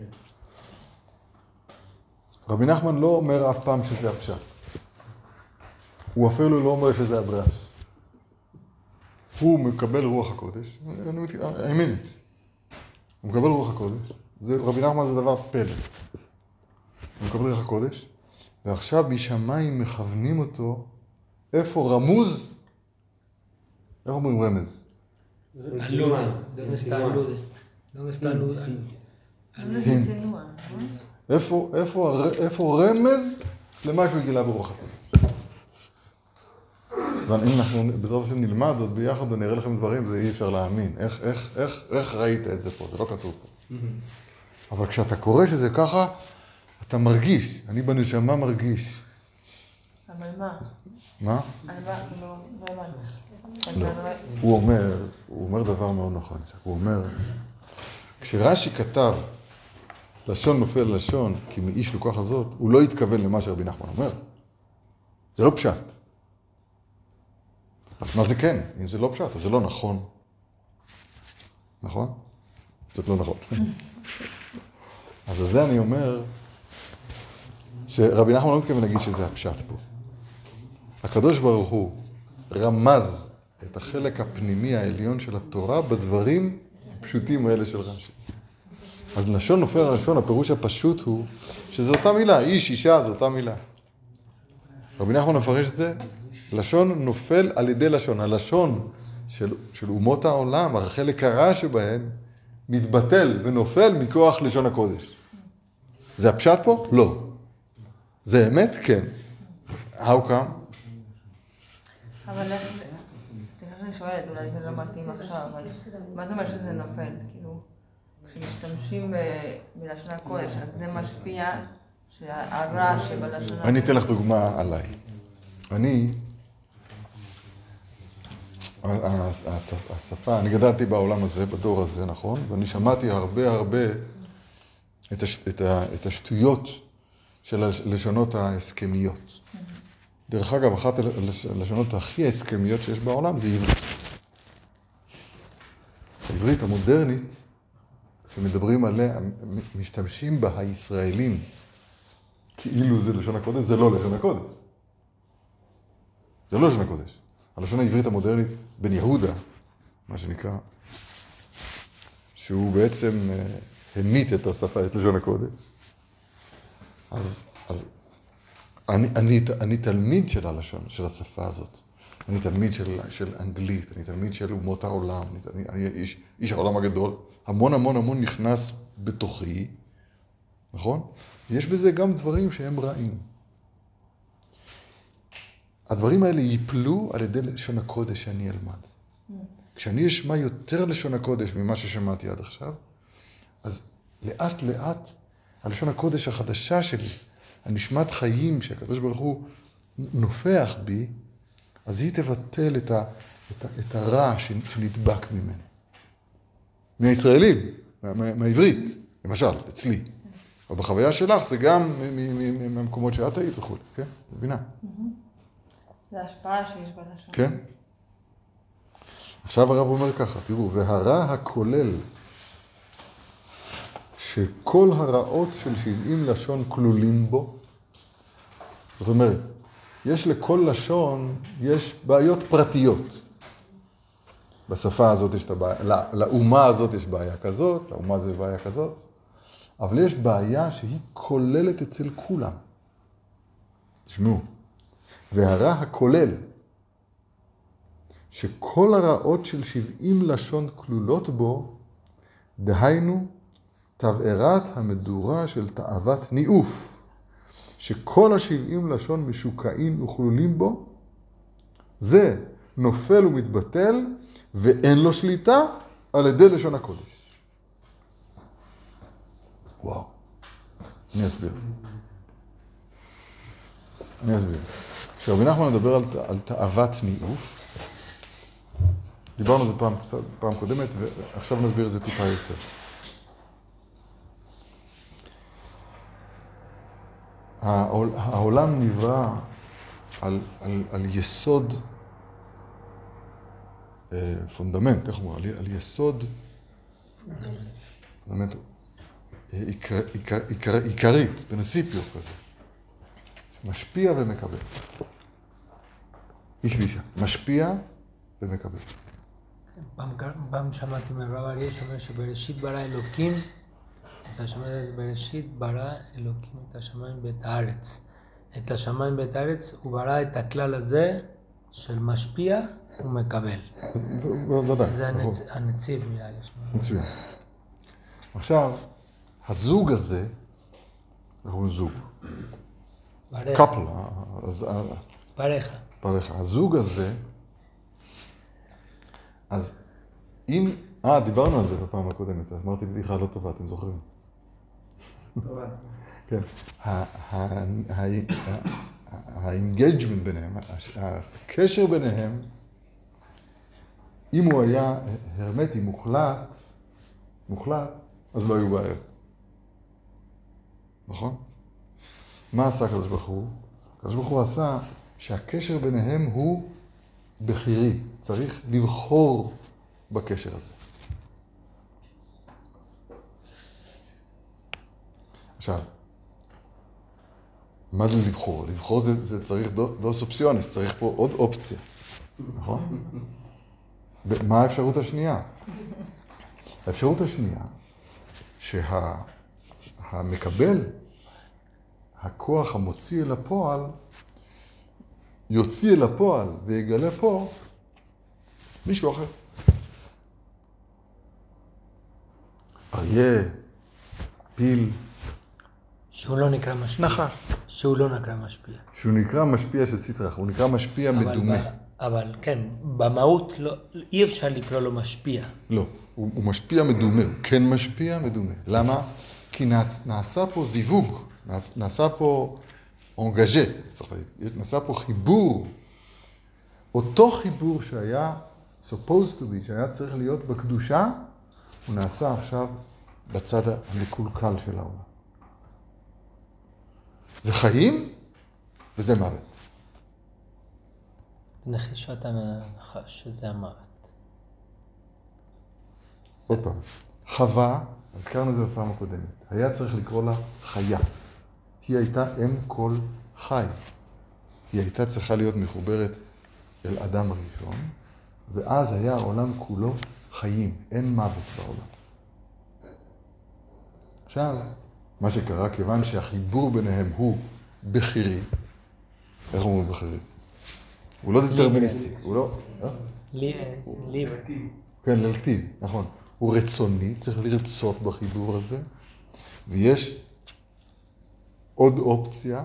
Speaker 1: רבי נחמן לא אומר אף פעם שזה הפשט. הוא אפילו לא אומר שזה הדרש. הוא מקבל רוח הקודש, האמינית. הוא מקבל רוח הקודש, רבי נחמן זה דבר פלא. הוא מקבל רוח הקודש, ועכשיו משמיים מכוונים אותו, איפה רמוז? איך אומרים רמז?
Speaker 4: Alude. ¿Dónde está alude? ¿Dónde está alude?
Speaker 1: הינט. איפה רמז למה שהוא גילה ברוח הקודש? ואם אנחנו בעזרת השם נלמד עוד ביחד ונראה לכם דברים, זה אי אפשר להאמין. איך ראית את זה פה? זה לא כתוב פה. אבל כשאתה קורא שזה ככה, אתה מרגיש. אני בנשמה מרגיש.
Speaker 5: אבל מה?
Speaker 1: מה?
Speaker 5: על מה?
Speaker 1: לא. הוא אומר דבר מאוד נכון. הוא אומר, כשרש"י כתב לשון נופל לשון, כי מאיש לוקח הזאת, הוא לא התכוון למה שרבי נחמן אומר. זה לא פשט. אז מה זה כן? אם זה לא פשט, אז זה לא נכון. נכון? זה לא נכון. אז על זה אני אומר, שרבי נחמן לא מתכוון להגיד שזה הפשט פה. הקדוש ברוך הוא רמז את החלק הפנימי העליון של התורה בדברים פשוטים האלה של רש"י. אז לשון נופל על לשון, הפירוש הפשוט הוא שזו אותה מילה, איש, אישה, זו אותה מילה. רבי נחמן מפרש את זה, לשון נופל על ידי לשון. הלשון של אומות העולם, החלק הרע שבהן, מתבטל ונופל מכוח לשון הקודש. זה הפשט פה? לא. זה אמת? כן. How come?
Speaker 5: אבל איך זה... סליחה שאני שואלת, אולי זה לא מתאים עכשיו, אבל מה זה אומר שזה נופל? כאילו, כשמשתמשים בלשון הקודש, אז זה משפיע שהרע שבלשון הקודש...
Speaker 1: אני אתן לך דוגמה עליי. השפה, אני גדלתי בעולם הזה, בדור הזה, נכון? ואני שמעתי הרבה את השטויות של הלשונות ההסכמיות. דרך אגב, אחת הלשונות הכי הסכמיות שיש בעולם זה עברית. העברית המודרנית, שמדברים עליה, משתמשים בה הישראלים, כאילו זה לשון הקודש, זה לא לשון הקודש. זה לא לשון הקודש. הלשון העברית המודרנית, בן יהודה, מה שנקרא, שהוא בעצם המית את השפה, את לשון הקודש. אז אני תלמיד של הלשון, של השפה הזאת. אני תלמיד של אנגלית, אני תלמיד של אומות העולם, אני איש העולם הגדול. המון נכנס בתוכי, נכון? יש בזה גם דברים שהם רעים. הדברים האלה ייפלו על ידי לשון הקודש שאני אלמד. כשאני אשמע יותר לשון הקודש ממה ששמעתי עד עכשיו, אז לאט לאט הלשון הקודש החדשה שלי, הנשמת חיים שהקדוש ברוך הוא נופח בי, אז היא תבטל את הרע שנדבק ממנו. מהישראלים, מהעברית, למשל, אצלי. אבל בחוויה שלך זה גם מהמקומות שאת היית וכו', כן? מבינה?
Speaker 5: זה השפעה שיש בלשון.
Speaker 1: כן. עכשיו הרב אומר ככה, תראו, והרע הכולל שכל הרעות של 70 לשון כלולים בו, זאת אומרת, יש לכל לשון, יש בעיות פרטיות. בשפה הזאת יש את הבעיה, לאומה הזאת יש בעיה כזאת, לאומה הזאת יש בעיה כזאת, אבל יש בעיה שהיא כוללת אצל כולם. תשמעו, והרע הכולל, שכל הרעות של 70 לשון כלולות בו, דהיינו, תבערת המדורה של תאוות ניאוף, שכל 70 לשון משוקעים וכלולים בו, זה נופל ומתבטל, ואין לו שליטה על ידי לשון הקודש. וואו. אני אסביר. כשרבי נחמן מדבר על תאוות ניאוף, דיברנו על זה פעם קודמת, ועכשיו נסביר את זה טיפה יותר. העולם נברא על יסוד, פונדמנט, איך אומרים? על יסוד, פונדמנט עיקרי, פרינציפיו כזה, משפיע ומקבל. איש ואישה, משפיע ומקבל.
Speaker 4: פעם שמעתי מרב אריה שאומר שבראשית ברא אלוקים את השמיים, בראשית ברא אלוקים את השמיים ואת הארץ. את השמיים ואת הארץ הוא ברא את הכלל הזה של משפיע ומקבל.
Speaker 1: ודאי.
Speaker 4: זה הנציב נראה לי.
Speaker 1: מצוין. עכשיו, הזוג הזה, הוא זוג. קאפל. פרחה. הזוג הזה, אז אם... דיברנו על זה בפעם הקודמת, אז אמרתי בדיחה לא טובה, אתם זוכרים?
Speaker 2: טובה.
Speaker 1: כן. האינגייג'מנט ביניהם, הקשר ביניהם, אם הוא היה הרמטי מוחלט, אז לא היו בעיות. נכון? מה עשה הקדוש ברוך הוא? הקדוש ברוך הוא עשה שהקשר ביניהם הוא בחירי. צריך לבחור בקשר הזה. עכשיו, מה זה לבחור? לבחור זה צריך דוס אופציונס, צריך פה עוד אופציה. נכון? מה האפשרות השנייה? האפשרות השנייה, שהמקבל, הכוח המוציא אל הפועל, יוציא אל הפועל ויגלה פה מישהו אחר. אריה, פיל.
Speaker 4: שהוא לא נקרא משפיע.
Speaker 1: נחש.
Speaker 4: שהוא לא נקרא משפיע.
Speaker 1: שהוא נקרא משפיע של סטרח, הוא נקרא משפיע מדומה.
Speaker 4: אבל כן, במהות אי אפשר לקרוא לו משפיע.
Speaker 1: לא, הוא משפיע מדומה, הוא כן משפיע מדומה. למה? כי נעשה פה זיווג, נעשה פה אנגאז'ה, נעשה פה חיבור. אותו חיבור שהיה supposed to be, שהיה צריך להיות בקדושה, הוא נעשה עכשיו בצד המקולקל של העולם. זה חיים וזה מוות.
Speaker 4: נחישת הנחש, שזה המוות.
Speaker 1: עוד פעם, חווה, הזכרנו את זה בפעם הקודמת, היה צריך לקרוא לה חיה. היא הייתה אם כל חי. היא הייתה צריכה להיות מחוברת אל אדם הראשון, ואז היה העולם כולו חיים, אין מוות בעולם. עכשיו, מה שקרה, כיוון שהחיבור ביניהם הוא בחירי, איך אומרים בחירי? הוא לא דטרמיניסטי, הוא לא...
Speaker 4: ליבטיב.
Speaker 1: כן, ללקטיב, נכון. הוא רצוני, צריך לרצות בחיבור הזה, ויש עוד אופציה,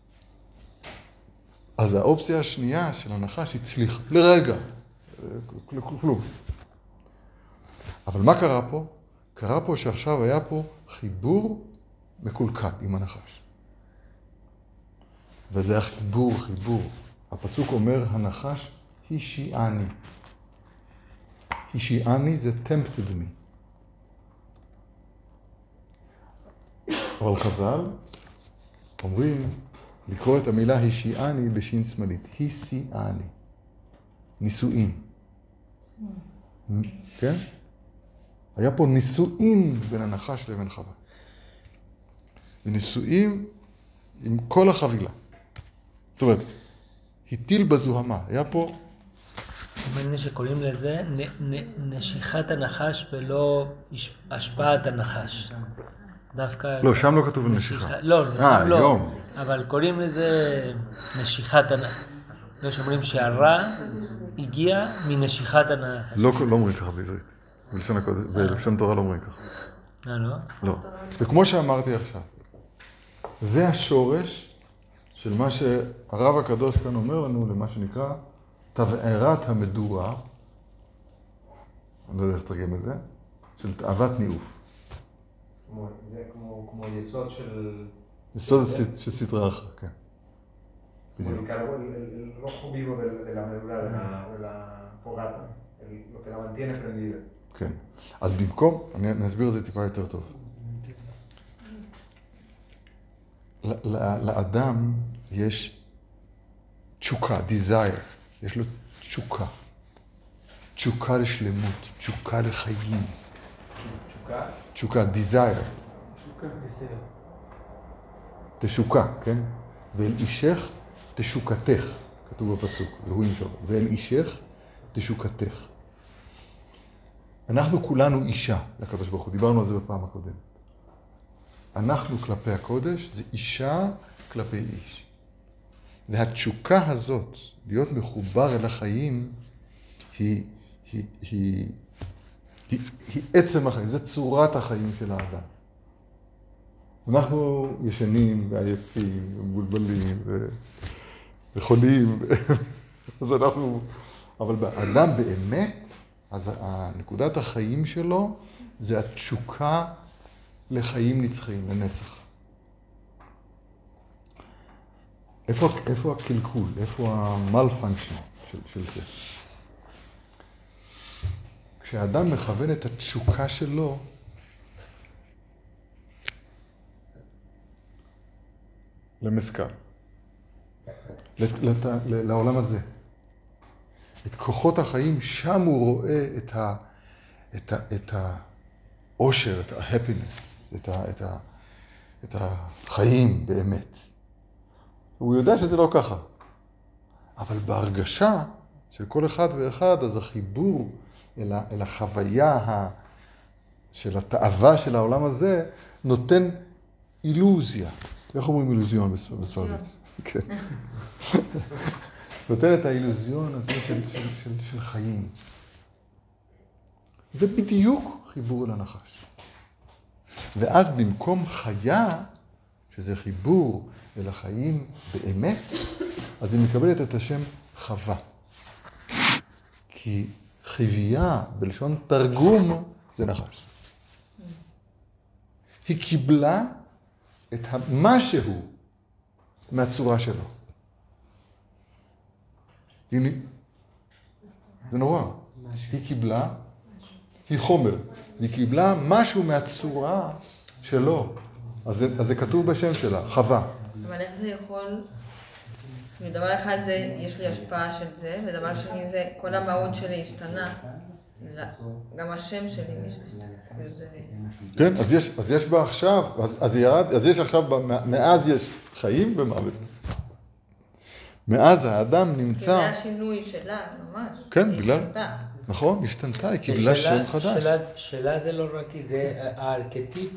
Speaker 1: אז האופציה השנייה של הנחש הצליחה, לרגע, כלום. אבל מה קרה פה? קרה פה שעכשיו היה פה חיבור מקולקל עם הנחש. וזה היה חיבור. הפסוק אומר, הנחש הישיעני. הישיעני זה tempted me. אבל חז"ל אומרים לקרוא את המילה הישיעני בשין שמאלית. הישיעני. נישואין. כן? היה פה נישואין בין הנחש לבין חווה. ונישואין עם כל החבילה. זאת אומרת, הטיל בזוהמה. היה פה...
Speaker 4: אומרים שקוראים לזה נשיכת הנחש ולא השפעת הנחש. דווקא...
Speaker 1: לא, שם לא כתוב נשיכה.
Speaker 4: לא, שם לא.
Speaker 1: היום.
Speaker 4: אבל קוראים לזה נשיכת הנחש. לא שאומרים שהרע הגיע מנשיכת הנחש.
Speaker 1: לא אומרים ככה בעברית. בלשון תורה לא אומרים ככה.
Speaker 4: לא?
Speaker 1: לא. וכמו שאמרתי עכשיו, זה השורש של מה שהרב הקדוש כאן אומר לנו, למה שנקרא תבערת המדורה, אני לא יודע איך לתרגם את זה, של תאוות ניאוף.
Speaker 3: זה כמו יסוד של...
Speaker 1: יסוד של סטרה אחת, כן.
Speaker 3: El rojo vivo de la medula, de la fogata, lo que la mantiene prendida.
Speaker 1: כן. אז במקום, אני אסביר את זה טיפה יותר טוב. לאדם יש תשוקה, desire. יש לו תשוקה. תשוקה לשלמות, תשוקה לחיים.
Speaker 3: תשוקה?
Speaker 1: תשוקה, desire. תשוקה, כן? ואל אישך תשוקתך, כתוב בפסוק, והוא ימשוך. ואל אישך תשוקתך. אנחנו כולנו אישה לקדוש ברוך הוא, דיברנו על זה בפעם הקודמת. אנחנו כלפי הקודש זה אישה כלפי איש. והתשוקה הזאת, להיות מחובר אל החיים, היא עצם החיים, זה צורת החיים של האדם. אנחנו ישנים ועייפים ומבולבלים וחולים, אז אנחנו, אבל באדם באמת, אז נקודת החיים שלו זה התשוקה לחיים נצחיים, לנצח. איפה הקלקול? איפה המלפנקשן של זה? כשאדם מכוון את התשוקה שלו, למזכר, לעולם הזה. את כוחות החיים, שם הוא רואה את האושר, את ההפינס, את החיים באמת. הוא יודע שזה לא ככה. אבל בהרגשה של כל אחד ואחד, אז החיבור אל החוויה של התאווה של העולם הזה, נותן אילוזיה. איך אומרים אילוזיון בספרדית? כן. נותן את האילוזיון הזה של חיים. זה בדיוק חיבור אל הנחש. ואז במקום חיה, שזה חיבור אל החיים באמת, אז היא מקבלת את השם חווה. כי חוויה בלשון תרגום זה נחש. היא קיבלה את המשהו מהצורה שלו. הנה, זה נורא. היא קיבלה, היא חומר. היא קיבלה משהו מהצורה שלו. אז זה כתוב בשם שלה, חווה.
Speaker 5: אבל איך זה יכול... דבר אחד זה, יש לי השפעה של זה, ודבר שני זה, כל המהות שלי השתנה. גם השם שלי משתנה.
Speaker 1: כן, אז יש בה עכשיו, אז יש עכשיו, מאז יש חיים ומוות. מאז האדם נמצא...
Speaker 5: זה השינוי שלה, ממש.
Speaker 1: כן, בגלל... נכון, השתנתה, היא קיבלה שם חדש.
Speaker 4: שאלה זה לא רק כי זה הארכיטיפ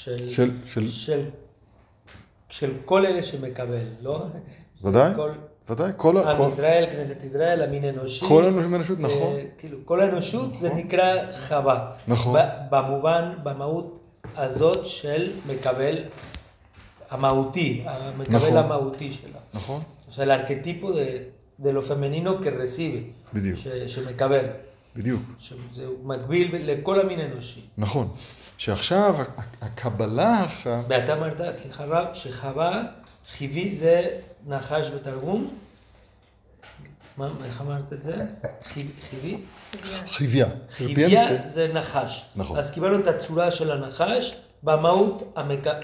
Speaker 4: של כל אלה שמקבל, לא?
Speaker 1: ודאי, ודאי.
Speaker 4: עם ישראל, כנסת ישראל, המין אנושי.
Speaker 1: כל האנושות, נכון.
Speaker 4: כל האנושות זה נקרא חווה.
Speaker 1: נכון.
Speaker 4: במהות הזאת של מקבל המהותי, המקבל המהותי שלה.
Speaker 1: נכון.
Speaker 4: O sea, el arquetipo de lo femenino que recibe.
Speaker 1: בדיוק.
Speaker 4: שמקבל.
Speaker 1: בדיוק.
Speaker 4: שזה מקביל לכל המין האנושי.
Speaker 1: נכון. שעכשיו, הקבלה עכשיו...
Speaker 4: ואתה אמרת, סליחה רב, שחווה, חיבי זה נחש בתרגום? איך אמרת את זה? חיבי?
Speaker 1: חיביה.
Speaker 4: חיביה זה נחש.
Speaker 1: נכון.
Speaker 4: אז קיבלנו את הצורה של הנחש במהות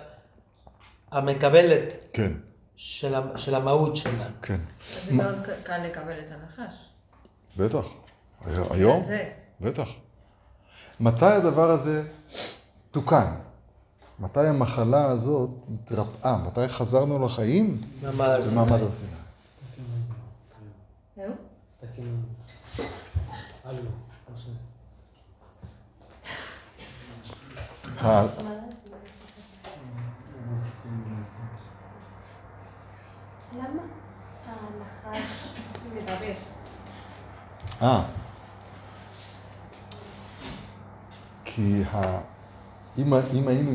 Speaker 4: המקבלת.
Speaker 1: כן.
Speaker 4: של המהות שלנו.
Speaker 1: כן.
Speaker 5: אז זה מאוד קל לקבל את הנחש.
Speaker 1: בטח. היום? בטח. מתי הדבר הזה תוקן? מתי המחלה הזאת התרפאה? מתי חזרנו לחיים? במעמד הר סיני.
Speaker 5: זהו?
Speaker 6: למה הנחש מדבר?
Speaker 1: כי אם היינו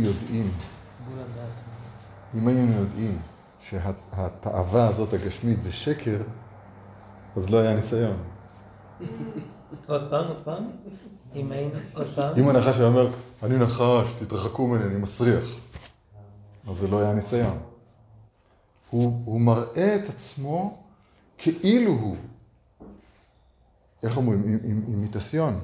Speaker 1: יודעים שהתאווה הזאת הגשמית זה שקר, אז לא היה ניסיון.
Speaker 4: עוד פעם?
Speaker 1: אם הנחש היה אומר, אני נחש, תתרחקו ממני, אני מסריח, אז זה לא היה ניסיון. הוא מראה את עצמו כאילו הוא, איך אומרים, אימיטציון.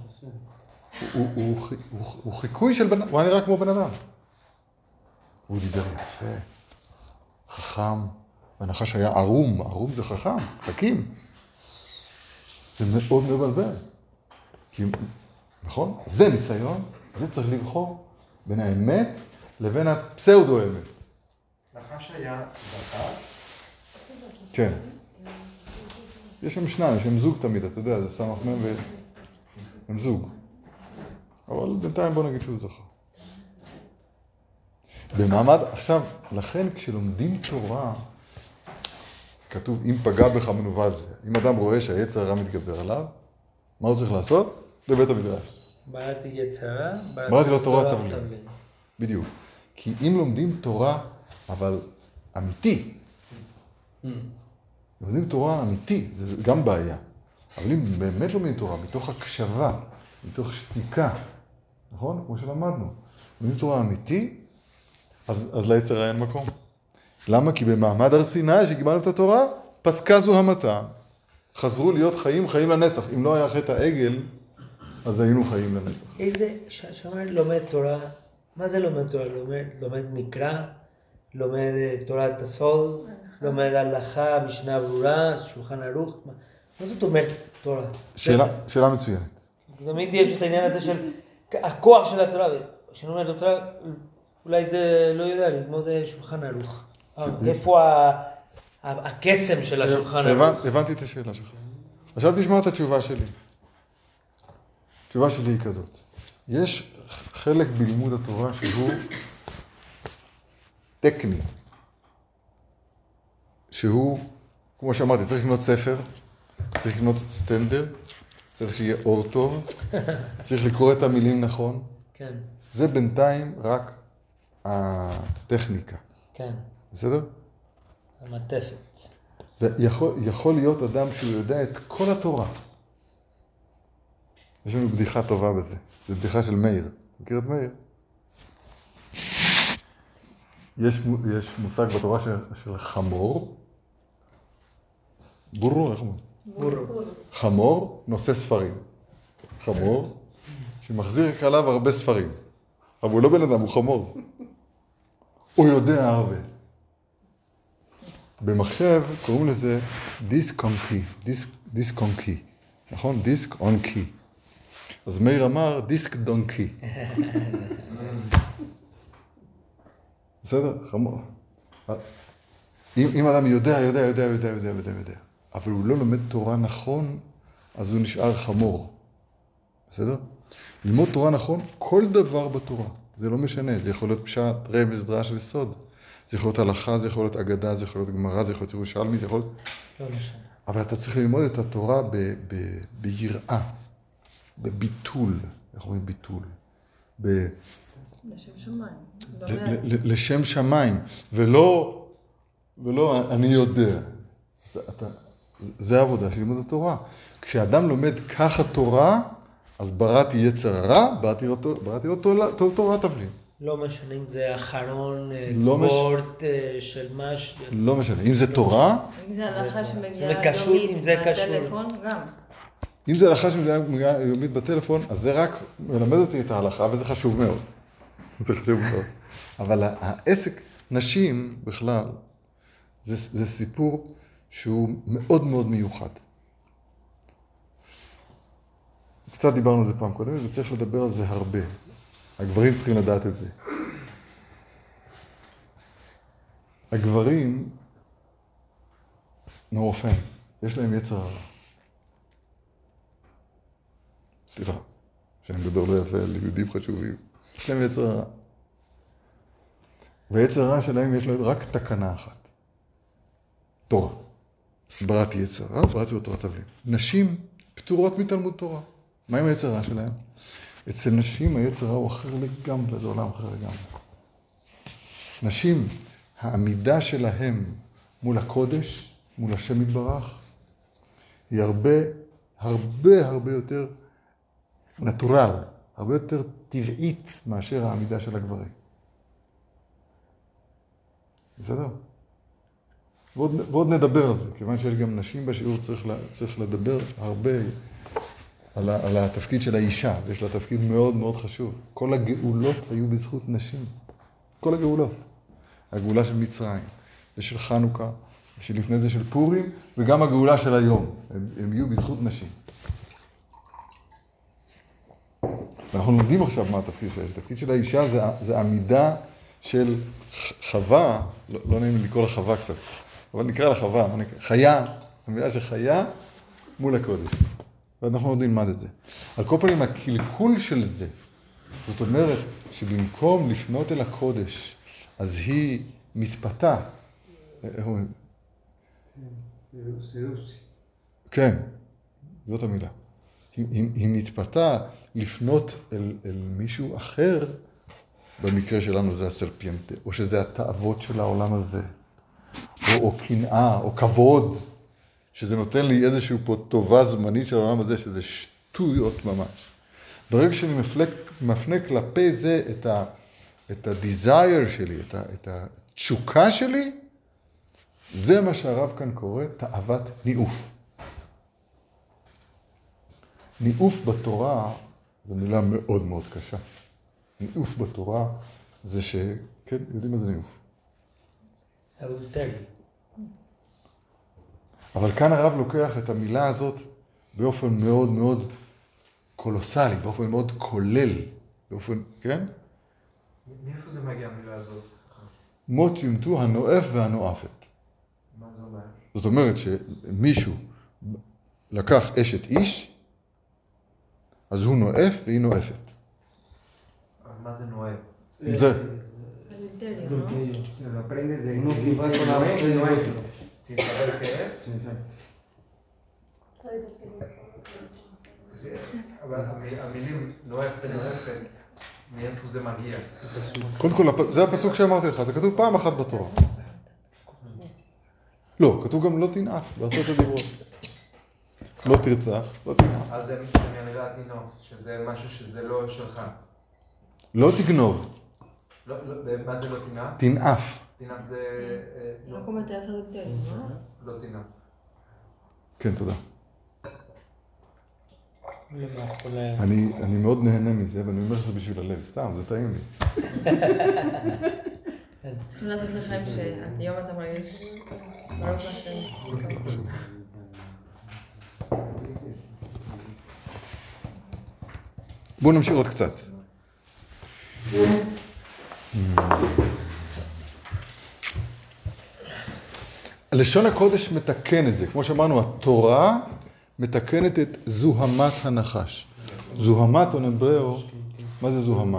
Speaker 1: הוא חיקוי של בן אדם, הוא היה נראה כמו בן אדם. הוא דיבר יפה, חכם, והנחש היה ערום, ערום זה חכם, חכים. זה מאוד מבלבל. נכון? זה ניסיון, זה צריך לבחור בין האמת לבין הפסאודו-אמת.
Speaker 3: נחש היה זכר?
Speaker 1: כן. יש שם שניים, יש שם זוג תמיד, אתה יודע, זה סמך מהם והם זוג. אבל בינתיים בוא נגיד שהוא זכר. במעמד, עכשיו, לכן כשלומדים תורה, כתוב, אם פגע בך מנוול זה. אם אדם רואה שהיצר הרע מתגבר עליו, מה הוא צריך לעשות? לבית המדרש.
Speaker 4: בראתי יצרה,
Speaker 1: בראתי לו תורה תבלין. בדיוק. כי אם לומדים תורה, אבל אמיתי, לומדים תורה אמיתי, זה גם בעיה. אבל אם באמת לומדים תורה, מתוך הקשבה, מתוך שתיקה, נכון? כמו שלמדנו. לומדים תורה אמיתי, אז ליצר הרע אין מקום. למה? כי במעמד הר סיני שקיבלנו את התורה, פסקה זו המתה. חזרו להיות חיים לנצח. אם לא היה חטא העגל, אז היינו חיים לנצח.
Speaker 4: איזה, שאומר לומד תורה, מה זה לומד תורה? לומד מקרא, לומד תורת הסוד, לומד הלכה, משנה ברורה, שולחן ערוך, מה זאת אומרת תורה?
Speaker 1: שאלה מצוינת.
Speaker 4: תמיד יש את העניין הזה של הכוח של התורה, כשאני אומר את התורה, אולי זה לא יודע, ללמוד שולחן ערוך. איפה הקסם של השולחן ערוך?
Speaker 1: הבנתי את השאלה שלך. עכשיו תשמע את התשובה שלי. התשובה שלי היא כזאת. יש חלק בלימוד התורה שהוא טכני. שהוא, כמו שאמרתי, צריך לקנות ספר, צריך לקנות סטנדר, צריך שיהיה אור טוב, צריך לקרוא את המילים נכון.
Speaker 4: כן.
Speaker 1: זה בינתיים רק הטכניקה.
Speaker 4: כן.
Speaker 1: בסדר?
Speaker 4: המעטפת.
Speaker 1: ויכול להיות אדם שהוא יודע את כל התורה. יש לנו בדיחה טובה בזה. זו בדיחה של מאיר. מכיר את מאיר? יש מושג בתורה של חמור. בורו, איך אומרים?
Speaker 4: בורו.
Speaker 1: חמור נושא ספרים. חמור שמחזיר עליו הרבה ספרים. אבל הוא לא בן אדם, הוא חמור. הוא יודע הרבה. במחשב קוראים לזה דיסק און קי. דיסק און קי. נכון? דיסק און קי. אז מאיר אמר דיסק דונקי. בסדר? חמור. אם אדם יודע, אבל הוא לא לומד תורה נכון, אז הוא נשאר חמור. בסדר? ללמוד תורה נכון, כל דבר בתורה. זה לא משנה, זה יכול להיות פשט, רמז, דרש וסוד. זה יכול להיות הלכה, זה יכול להיות אגדה, זה יכול להיות גמרא, זה יכול להיות ירושלמי, זה יכול להיות...
Speaker 4: לא משנה.
Speaker 1: אבל אתה צריך ללמוד את התורה ביראה, בביטול. איך אומרים ביטול?
Speaker 5: לשם שמיים.
Speaker 1: לשם שמיים, ולא אני יודע. זה העבודה של לימוד התורה. כשאדם לומד ככה תורה, אז בראתי יצר הרע, בראתי לו תורה תבלין.
Speaker 4: לא משנה אם זה אחרון,
Speaker 1: לא
Speaker 4: בורט של משהו.
Speaker 1: לא משנה. אם זה תורה,
Speaker 5: אם זה הלכה שמגיעה
Speaker 4: אם זה
Speaker 5: יומית
Speaker 4: קשור.
Speaker 5: בטלפון, גם.
Speaker 1: אם זה הלכה שמגיעה יומית בטלפון, אז זה רק מלמד אותי את ההלכה, וזה חשוב מאוד. זה חשוב מאוד. אבל העסק, נשים בכלל, זה סיפור שהוא מאוד מאוד מיוחד. קצת דיברנו על זה פעם קודמת, וצריך לדבר על זה הרבה. הגברים צריכים לדעת את זה. הגברים, no offense, יש להם יצר הרע. סליחה, שאני מדבר לא יפה על יהודים חשובים. יש להם יצר הרע. והיצר הרע שלהם יש להם רק תקנה אחת. תורה. בראתי יצר הרע, בראתי לו תורה תבלין. נשים פטורות מתלמוד תורה. מה עם היצר הרע שלהם? אצל נשים היצר הרע הוא אחר לגמרי, זה עולם אחר לגמרי. נשים, העמידה שלהם מול הקודש, מול השם יתברך, היא הרבה יותר נטורל, הרבה יותר טבעית מאשר העמידה של הגברים. בסדר? ועוד נדבר על זה, כיוון שיש גם נשים בשיעור, צריך לדבר הרבה על התפקיד של האישה, ויש לה תפקיד מאוד מאוד חשוב. כל הגאולות היו בזכות נשים. כל הגאולות. הגאולה של מצרים, ושל חנוכה, ושלפני זה של פורים, וגם הגאולה של היום. הם יהיו בזכות נשים. ואנחנו לומדים עכשיו מה התפקיד שלה. התפקיד של האישה זה עמידה של חווה, לא נעים לי לקרוא לה חווה קצת, אבל נקרא לה חווה, חיה, המילה של חיה מול הקודש. ואנחנו עוד נלמד את זה. על כל פנים, הקלקול של זה, זאת אומרת שבמקום לפנות אל הקודש, אז היא מתפתה. איך אומרים?
Speaker 2: סדוסי.
Speaker 1: כן, זאת המילה. היא מתפתה לפנות אל מישהו אחר, במקרה שלנו זה הסרפיינטה, או שזה התאוות של העולם הזה, או קנאה, או כבוד, שזה נותן לי איזשהו פה טובה זמנית של העולם הזה, שזה שטויות ממש. ברגע שאני מפנה כלפי זה את ה-desire שלי, את התשוקה שלי, זה מה שהרב כאן קורא תאוות ניאוף. ניאוף בתורה זו מילה מאוד מאוד קשה. ניאוף בתורה זה כן, יודעים מה זה ניאוף.
Speaker 4: אדולטרי.
Speaker 1: אבל כאן הרב לוקח את המילה הזאת באופן מאוד מאוד קולוסלי, באופן מאוד כולל, באופן, כן?
Speaker 3: מאיפה זה מגיע המילה הזאת?
Speaker 1: מות יומתו הנואף והנואפת.
Speaker 3: מה זה אומר?
Speaker 1: זאת אומרת שמישהו לקח אשת איש, אז הוא נואף והיא נואפת.
Speaker 3: מה זה נואף?
Speaker 1: זה.
Speaker 2: Adulterio. Lo aprendes de uno que va con la vez y no hay.
Speaker 3: Sin saber qué es.
Speaker 2: Exacto.
Speaker 3: אבל המילים נואף ונואפת, מאיפה זה מגיע?
Speaker 1: קודם כל, זה הפסוק שאמרתי לך, זה כתוב פעם אחת בתורה. לא, כתוב גם לא תנאף, בעשרת הדיברות. לא תרצח, לא תנאף.
Speaker 3: אז זה מהמילה תינוף, שזה משהו שזה לא שלך.
Speaker 1: לא תגנוב,
Speaker 3: מה זה לא תינף?
Speaker 1: תנאף.
Speaker 3: תינף זה...
Speaker 5: לא קומטי אדולטרי,
Speaker 3: לא תינף.
Speaker 1: כן, תודה.
Speaker 4: למאחורי...
Speaker 1: אני מאוד נהנה מזה, ואני אומר את זה בשביל הלב, סתם, זה טעים לי.
Speaker 5: צריכים לעשות לחיים שהיום אתה מרגיש ברוך השם.
Speaker 1: בואו נמשיך עוד קצת. לשון הקודש מתקן את זה. כמו שאמרנו, התורה מתקנת את זוהמת הנחש. זוהמת או נבראו, מה זה זוהמה?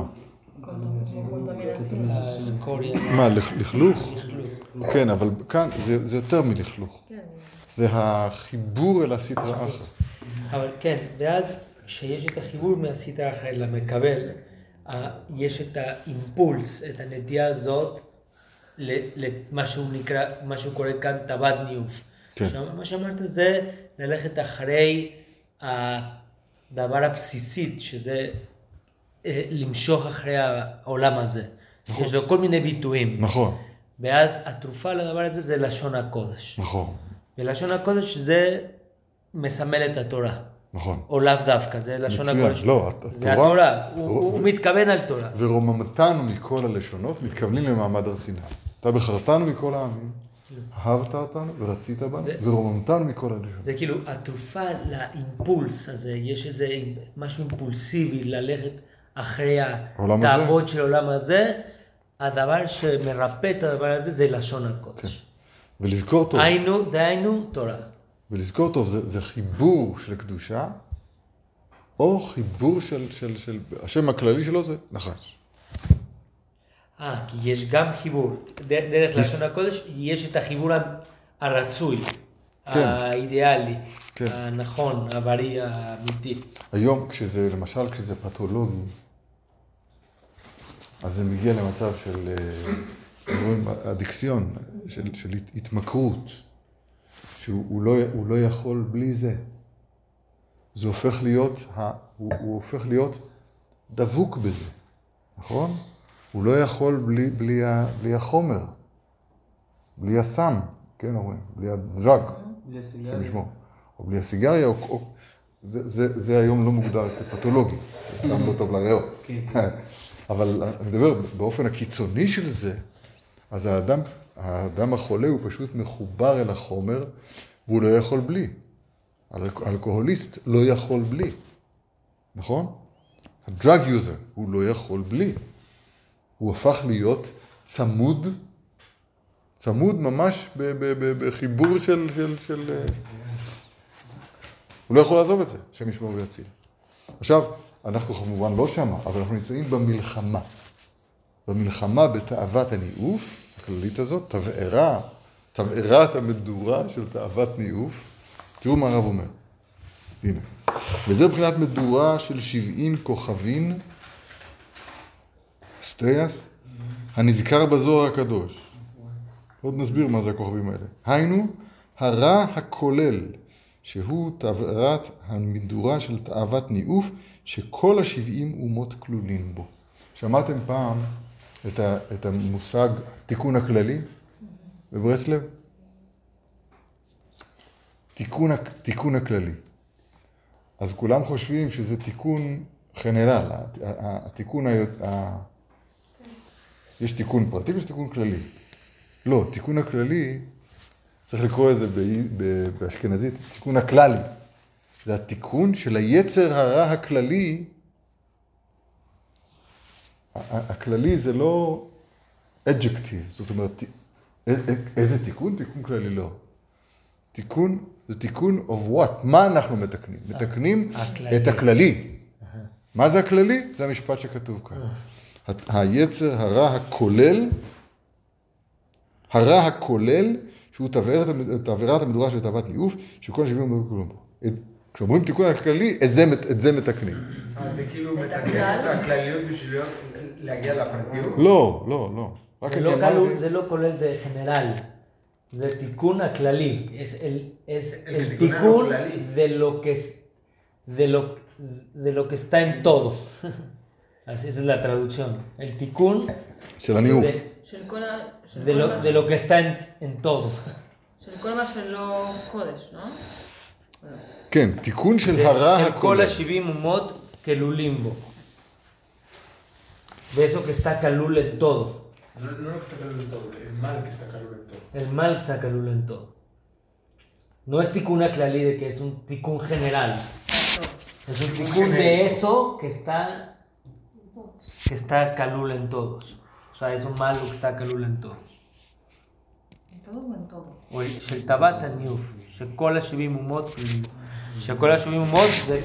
Speaker 1: מה, לכלוך? כן, אבל כאן זה יותר מלכלוך. זה החיבור אל הסטרא אחרא.
Speaker 4: אבל כן, ואז כשיש את החיבור מהסטרא אחרא למקבל, יש את האימפולס, את הנטייה הזאת, למה שהוא נקרא, מה שהוא קורא כאן תאוות ניאוף.
Speaker 1: כן.
Speaker 4: מה שאמרת זה ללכת אחרי הדבר הבסיסית, שזה למשוך אחרי העולם הזה.
Speaker 1: נכון.
Speaker 4: יש לו כל מיני ביטויים.
Speaker 1: נכון.
Speaker 4: ואז התרופה לדבר הזה זה לשון הקודש.
Speaker 1: נכון.
Speaker 4: ולשון הקודש זה מסמל את התורה.
Speaker 1: נכון.
Speaker 4: או לאו דווקא, זה לשון
Speaker 1: מצוין.
Speaker 4: הקודש.
Speaker 1: לא,
Speaker 4: זה התורה, הוא מתכוון על תורה.
Speaker 1: ורוממתנו מכל הלשונות, מתכוונים למעמד הר סיני. אתה בחרתנו מכל העמים, אהבת אותנו ורצית בנו, ורוממתנו מכל הלשונות.
Speaker 4: זה כאילו התרופה לאימפולס הזה, יש איזה משהו אימפולסיבי ללכת אחרי התאוות של העולם הזה, הדבר שמרפא את הדבר הזה זה לשון הקודש.
Speaker 1: ולזכור טוב.
Speaker 4: דהיינו תורה.
Speaker 1: ולזכור טוב, זה חיבור של קדושה, או חיבור של השם הכללי שלו זה נחש.
Speaker 4: כי יש גם חיבור. דרך לשון הקודש יש את החיבור הרצוי, האידיאלי, הנכון, הבריא, האמיתי.
Speaker 1: היום, למשל כשזה פתולוגי, אז זה מגיע למצב של אדיקסיון, של התמכרות, שהוא לא יכול בלי זה. זה הופך להיות, הוא הופך להיות דבוק בזה, נכון? הוא לא יכול בלי החומר, בלי הסם, כן אומרים, בלי הדרג, או בלי הסיגריה, זה היום לא מוגדר כפתולוגי, זה סתם לא טוב לריאות. אבל אני מדבר באופן הקיצוני של זה, אז האדם החולה הוא פשוט מחובר אל החומר, והוא לא יכול בלי. אלכוהוליסט לא יכול בלי, נכון? הדרג יוזר הוא לא יכול בלי. הוא הפך להיות צמוד ממש בחיבור של... הוא לא יכול לעזוב את זה, השם ישמור ויציל. עכשיו, אנחנו כמובן לא שמה, אבל אנחנו נמצאים במלחמה. במלחמה בתאוות הניאוף, הכללית הזאת, תבערת המדורה של תאוות ניאוף. תראו מה הרב אומר. הנה. וזה מבחינת מדורה של 70 כוכבים, סטריאס, הנזכר בזוהר הקדוש. עוד נסביר מה זה הכוכבים האלה. היינו, הרע הכולל, שהוא תבערת המדורה של תאוות ניאוף, שכל 70 אומות כלולים בו. שמעתם פעם את המושג תיקון הכללי בברסלב? תיקון הכללי. אז כולם חושבים שזה תיקון חנרל, התיקון, יש תיקון פרטי ויש תיקון כללי. לא, תיקון הכללי, צריך לקרוא את זה באשכנזית, תיקון הכללי. זה התיקון של היצר הרע הכללי. הכללי זה לא adjective, זאת אומרת, איזה תיקון? תיקון כללי לא. תיקון, זה תיקון of what? מה אנחנו מתקנים? מתקנים את הכללי. מה זה הכללי? זה המשפט שכתוב כאן. היצר הרע הכולל, שהוא תבערת המדורה של תאוות ניאוף, שכל 70 אומות כלולים בו. כשאומרים תיקון הכללי, את זה מתקנים.
Speaker 3: זה כאילו מתקן את הכלליות בשביל להגיע לפרטיות?
Speaker 1: לא.
Speaker 4: זה לא כולל, זה גנרל. זה תיקון הכללי. El tיקון de lo que está en todo. Así es la traducción. El tיקון
Speaker 1: של הניאוף.
Speaker 4: de lo que está en todo.
Speaker 5: של כל מה שלא קודש, לא?
Speaker 1: כן, תיקון של הרע
Speaker 4: של כל
Speaker 1: הכולל.
Speaker 4: ה-70 אומות כלולים בו. De eso que está calul en todo.
Speaker 3: No lo que está calul en todo, el mal que está calul en todo.
Speaker 4: El mal está calul en todo. No es tikkun הכללי de que es un tikkun general. Es un tikkun de eso que está calul en todos. O sea, es un mal que está calul en todos.
Speaker 5: En todo o en todo?
Speaker 4: של טבעת הניאוף, שכל ה-70 אומות, שכל ה-70 אומות זה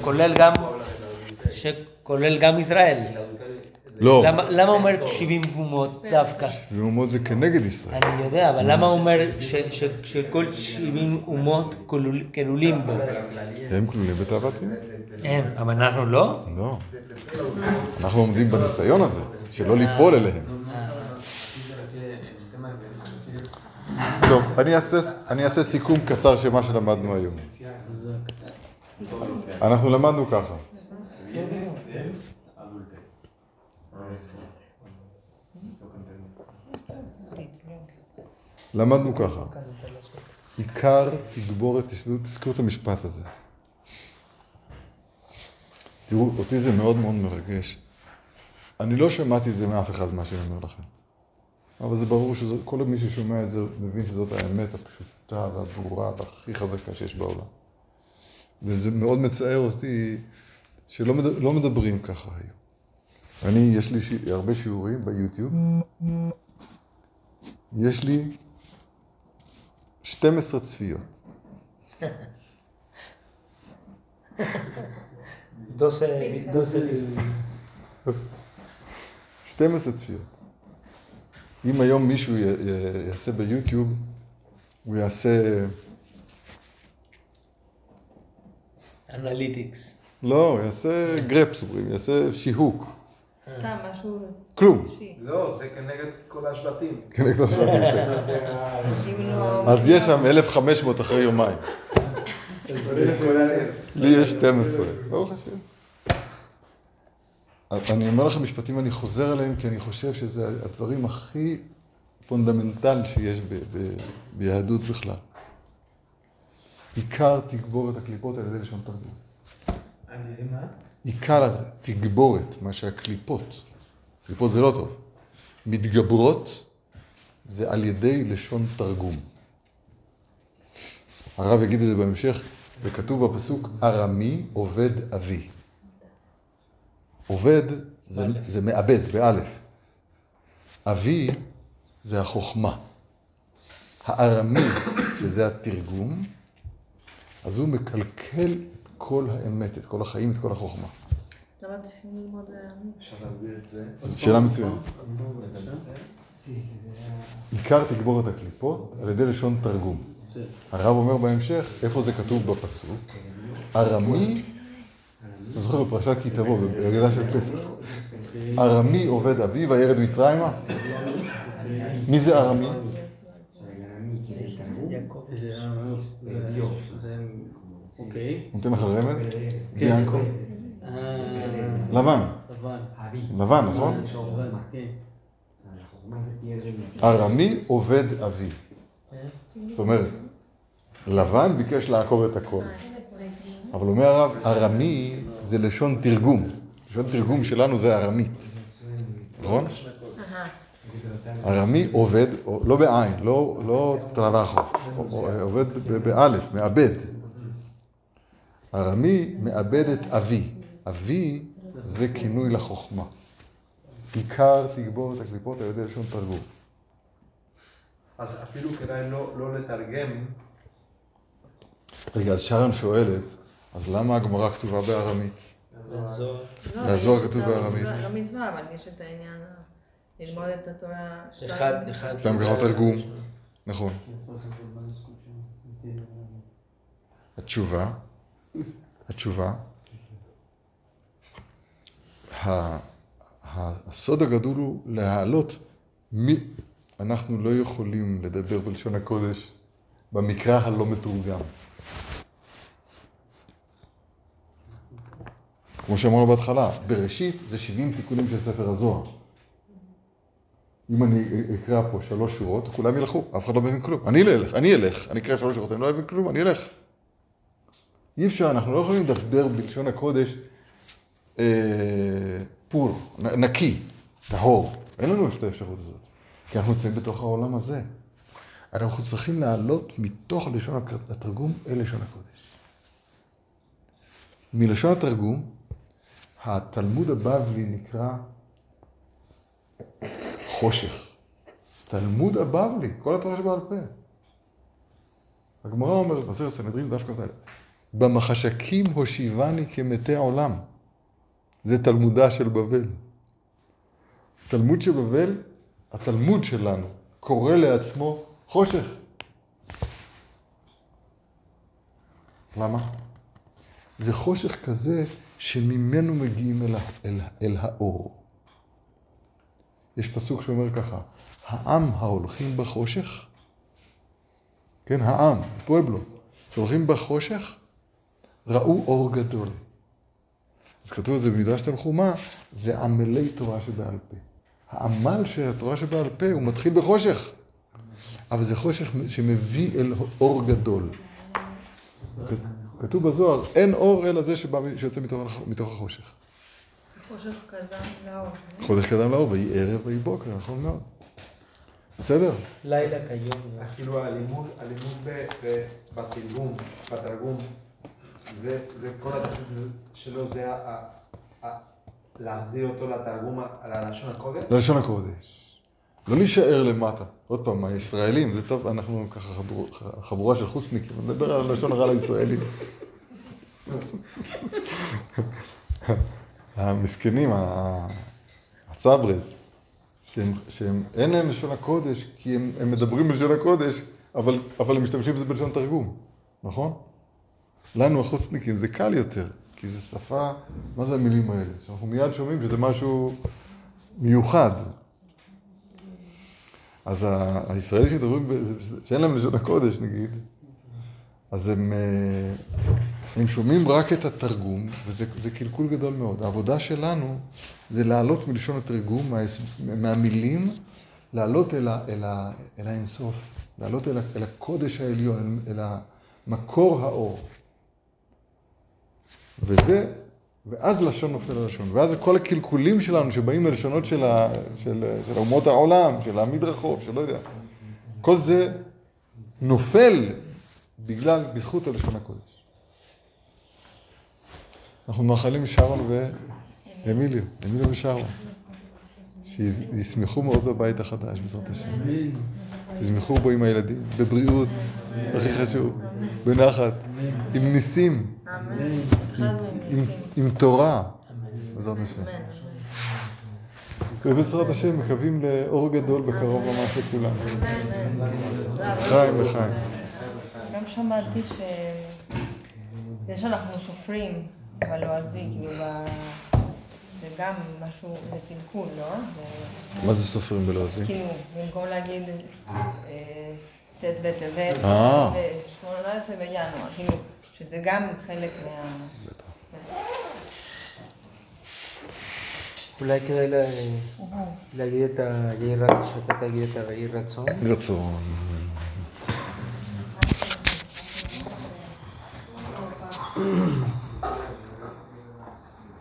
Speaker 4: כולל גם ישראל.
Speaker 1: לא.
Speaker 4: למה אומר 70 אומות דווקא?
Speaker 1: 70 אומות זה כנגד ישראל.
Speaker 4: אני יודע, אבל למה אומר שכל 70 אומות כלולים בו?
Speaker 1: הם כלולים בתאוות ניאוף.
Speaker 4: הם, אבל אנחנו לא?
Speaker 1: לא. אנחנו עומדים בניסיון הזה, שלא ליפול אליהם. טוב, אני אעשה סיכום קצר של מה שלמדנו היום. אנחנו למדנו ככה. למדנו ככה. עיקר תגבורת, תזכרו את המשפט הזה. תראו, אותי זה מאוד מאוד מרגש. אני לא שמעתי את זה מאף אחד מה שאני אומר לכם. אבל זה ברור שכל מי ששומע את זה מבין שזאת האמת הפשוטה והברורה והכי חזקה שיש בעולם. וזה מאוד מצער אותי שלא מדברים ככה היום. יש לי הרבה שיעורים ביוטיוב. יש לי 12 צפיות. 12 צפיות. אם היום מישהו יעשה ביוטיוב, הוא יעשה...
Speaker 4: אנליטיקס.
Speaker 1: לא, הוא יעשה גרפס, יעשה שיהוק.
Speaker 5: סתם, משהו...
Speaker 1: כלום.
Speaker 3: לא, זה כנגד כל השבטים.
Speaker 1: כנגד כל השבטים. אז יש שם 1,500 אחרי יומיים. לי יש 12. ברוך השם. אני אומר לכם משפטים, אני חוזר עליהם, כי אני חושב שזה הדברים הכי פונדמנטליים שיש ביהדות בכלל. עיקר תגבורת הקליפות על ידי לשון תרגום.
Speaker 3: על ידי מה?
Speaker 1: עיקר תגבורת, מה שהקליפות, קליפות זה לא טוב, מתגברות זה על ידי לשון תרגום. הרב יגיד את זה בהמשך, וכתוב בפסוק, ארמי עובד אבי. עובד זה מעבד, באלף. אבי זה החוכמה. הארמי, שזה התרגום, אז הוא מקלקל את כל האמת, את כל החיים, את כל החוכמה.
Speaker 5: למה צריכים ללמוד בארמית?
Speaker 2: אפשר להסביר את זה.
Speaker 1: זאת שאלה מצוינת. עיקר תגבור את הקליפות על ידי לשון תרגום. הרב אומר בהמשך, איפה זה כתוב בפסוק? ארמי, אני זוכר בפרשת כי תבוא, בהגדה של פסח. ארמי עובד אביו, הירד מצרימה. מי זה ארמי?
Speaker 4: אוקיי.
Speaker 1: נותן לך רמז? זה יעקב. לבן. לבן, נכון? ארמי עובד אבי. זאת אומרת, לבן ביקש לעקור את הכל. אבל אומר הרב, ארמי זה לשון תרגום. לשון תרגום שלנו זה ארמית. נכון? ארמי עובד, לא בעין, לא תלבח, עובד באלף, מאבד. ארמי מאבד את אבי. אבי זה כינוי לחוכמה. עיקר תגבור את הקליפות על ידי לשון תרגום.
Speaker 3: אז אפילו כדאי לא לתרגם.
Speaker 1: רגע, אז שרן שואלת, אז למה הגמרא כתובה בארמית? והזוהר כתוב בארמית.
Speaker 5: לא מזמן, אבל יש את העניין ללמוד את התורה
Speaker 4: אחד.
Speaker 1: שתיים ככה תרגום. נכון. התשובה, הסוד הגדול הוא להעלות אנחנו לא יכולים לדבר בלשון הקודש במקרא הלא מתורגם. כמו שאמרנו בהתחלה, בראשית זה 70 תיקונים של ספר הזוהר. אם אני אקרא פה 3 שורות, כולם ילכו, אף אחד לא מבין כלום. אני אלך, אני אקרא 3 שורות, אני לא מבין כלום, אני אלך. אי אפשר, אנחנו לא יכולים לדבר בלשון הקודש פור, נקי, טהור. אין לנו את האפשרות הזאת. כי אנחנו נמצאים בתוך העולם הזה. אנחנו צריכים לעלות מתוך לשון התרגום אל לשון הקודש. מלשון התרגום, התלמוד הבבלי נקרא חושך. תלמוד הבבלי, כל התורה שבעל פה. הגמרא אומרת, בספר סנהדרין דווקא אותה, במחשכים הושיבני כמתי עולם. זה תלמודה של בבל. תלמוד של בבל, התלמוד שלנו, קורא לעצמו חושך. למה? זה חושך כזה שממנו מגיעים אל האור. יש פסוק שאומר ככה, העם ההולכים בחושך, כן, העם, פואבלו, שהולכים בחושך, ראו אור גדול. אז כתוב את זה במדרש תנחומא, זה עמלי תורה שבעל פה. העמל של התורה שבעל פה הוא מתחיל בחושך, אבל זה חושך שמביא אל אור גדול. כתוב בזוהר, אין אור אלא זה שיוצא מתוך החושך.
Speaker 5: חושך קדם לאור.
Speaker 1: חושך קדם לאור, ויהי ערב ויהי בוקר, נכון מאוד. בסדר?
Speaker 4: לילה כיום.
Speaker 3: אז כאילו הלימוד בתרגום, זה כל התכלית שלו, זה להחזיר אותו לתרגום על הלשון הקודש?
Speaker 1: ללשון הקודש. לא להישאר למטה. עוד פעם, הישראלים, זה טוב, אנחנו ככה חבורה של חוצניקים, נדבר על הלשון הרע לישראלים. המסכנים, הצברס, שהם אין להם לשון הקודש, כי הם מדברים בלשון הקודש, אבל הם משתמשים בזה בלשון תרגום, נכון? לנו החוצניקים זה קל יותר, כי זה שפה, מה זה המילים האלה? שאנחנו מיד שומעים שזה משהו מיוחד. אז הישראלים שדברים, שאין להם לשון הקודש נגיד, אז הם שומעים רק את התרגום, וזה קלקול גדול מאוד. העבודה שלנו זה לעלות מלשון התרגום, מהמילים, לעלות אל האינסוף, לעלות אל הקודש העליון, אל המקור האור. ואז לשון נופל על לשון. ואז כל הקלקולים שלנו שבאים מלשונות של אומות העולם, של המדרחוב, שלא יודע. כל זה נופל בזכות הלשון הקודש. אנחנו מאחלים שרון ואמיליו ושרון, שישמחו מאוד בבית החדש, בעזרת השם. תשמחו בו עם הילדים, בבריאות, הכי חשוב, בנחת, עם ניסים, עם תורה, בעזרת השם. ובעזרת השם מקווים לאור גדול בקרוב ממש לכולם. חיים וחיים.
Speaker 5: גם שמעתי זה שאנחנו שופרים בלועזי, כאילו זה גם משהו, זה קלקול, לא?
Speaker 1: מה זה סופרים בלועזי?
Speaker 5: כאילו, במקום להגיד ט' בטבת, 18 בינואר, כאילו, שזה גם חלק
Speaker 4: אולי כדאי להגיד את היהי רצון, שאתה תגיד את היהי רצון.
Speaker 1: רצון.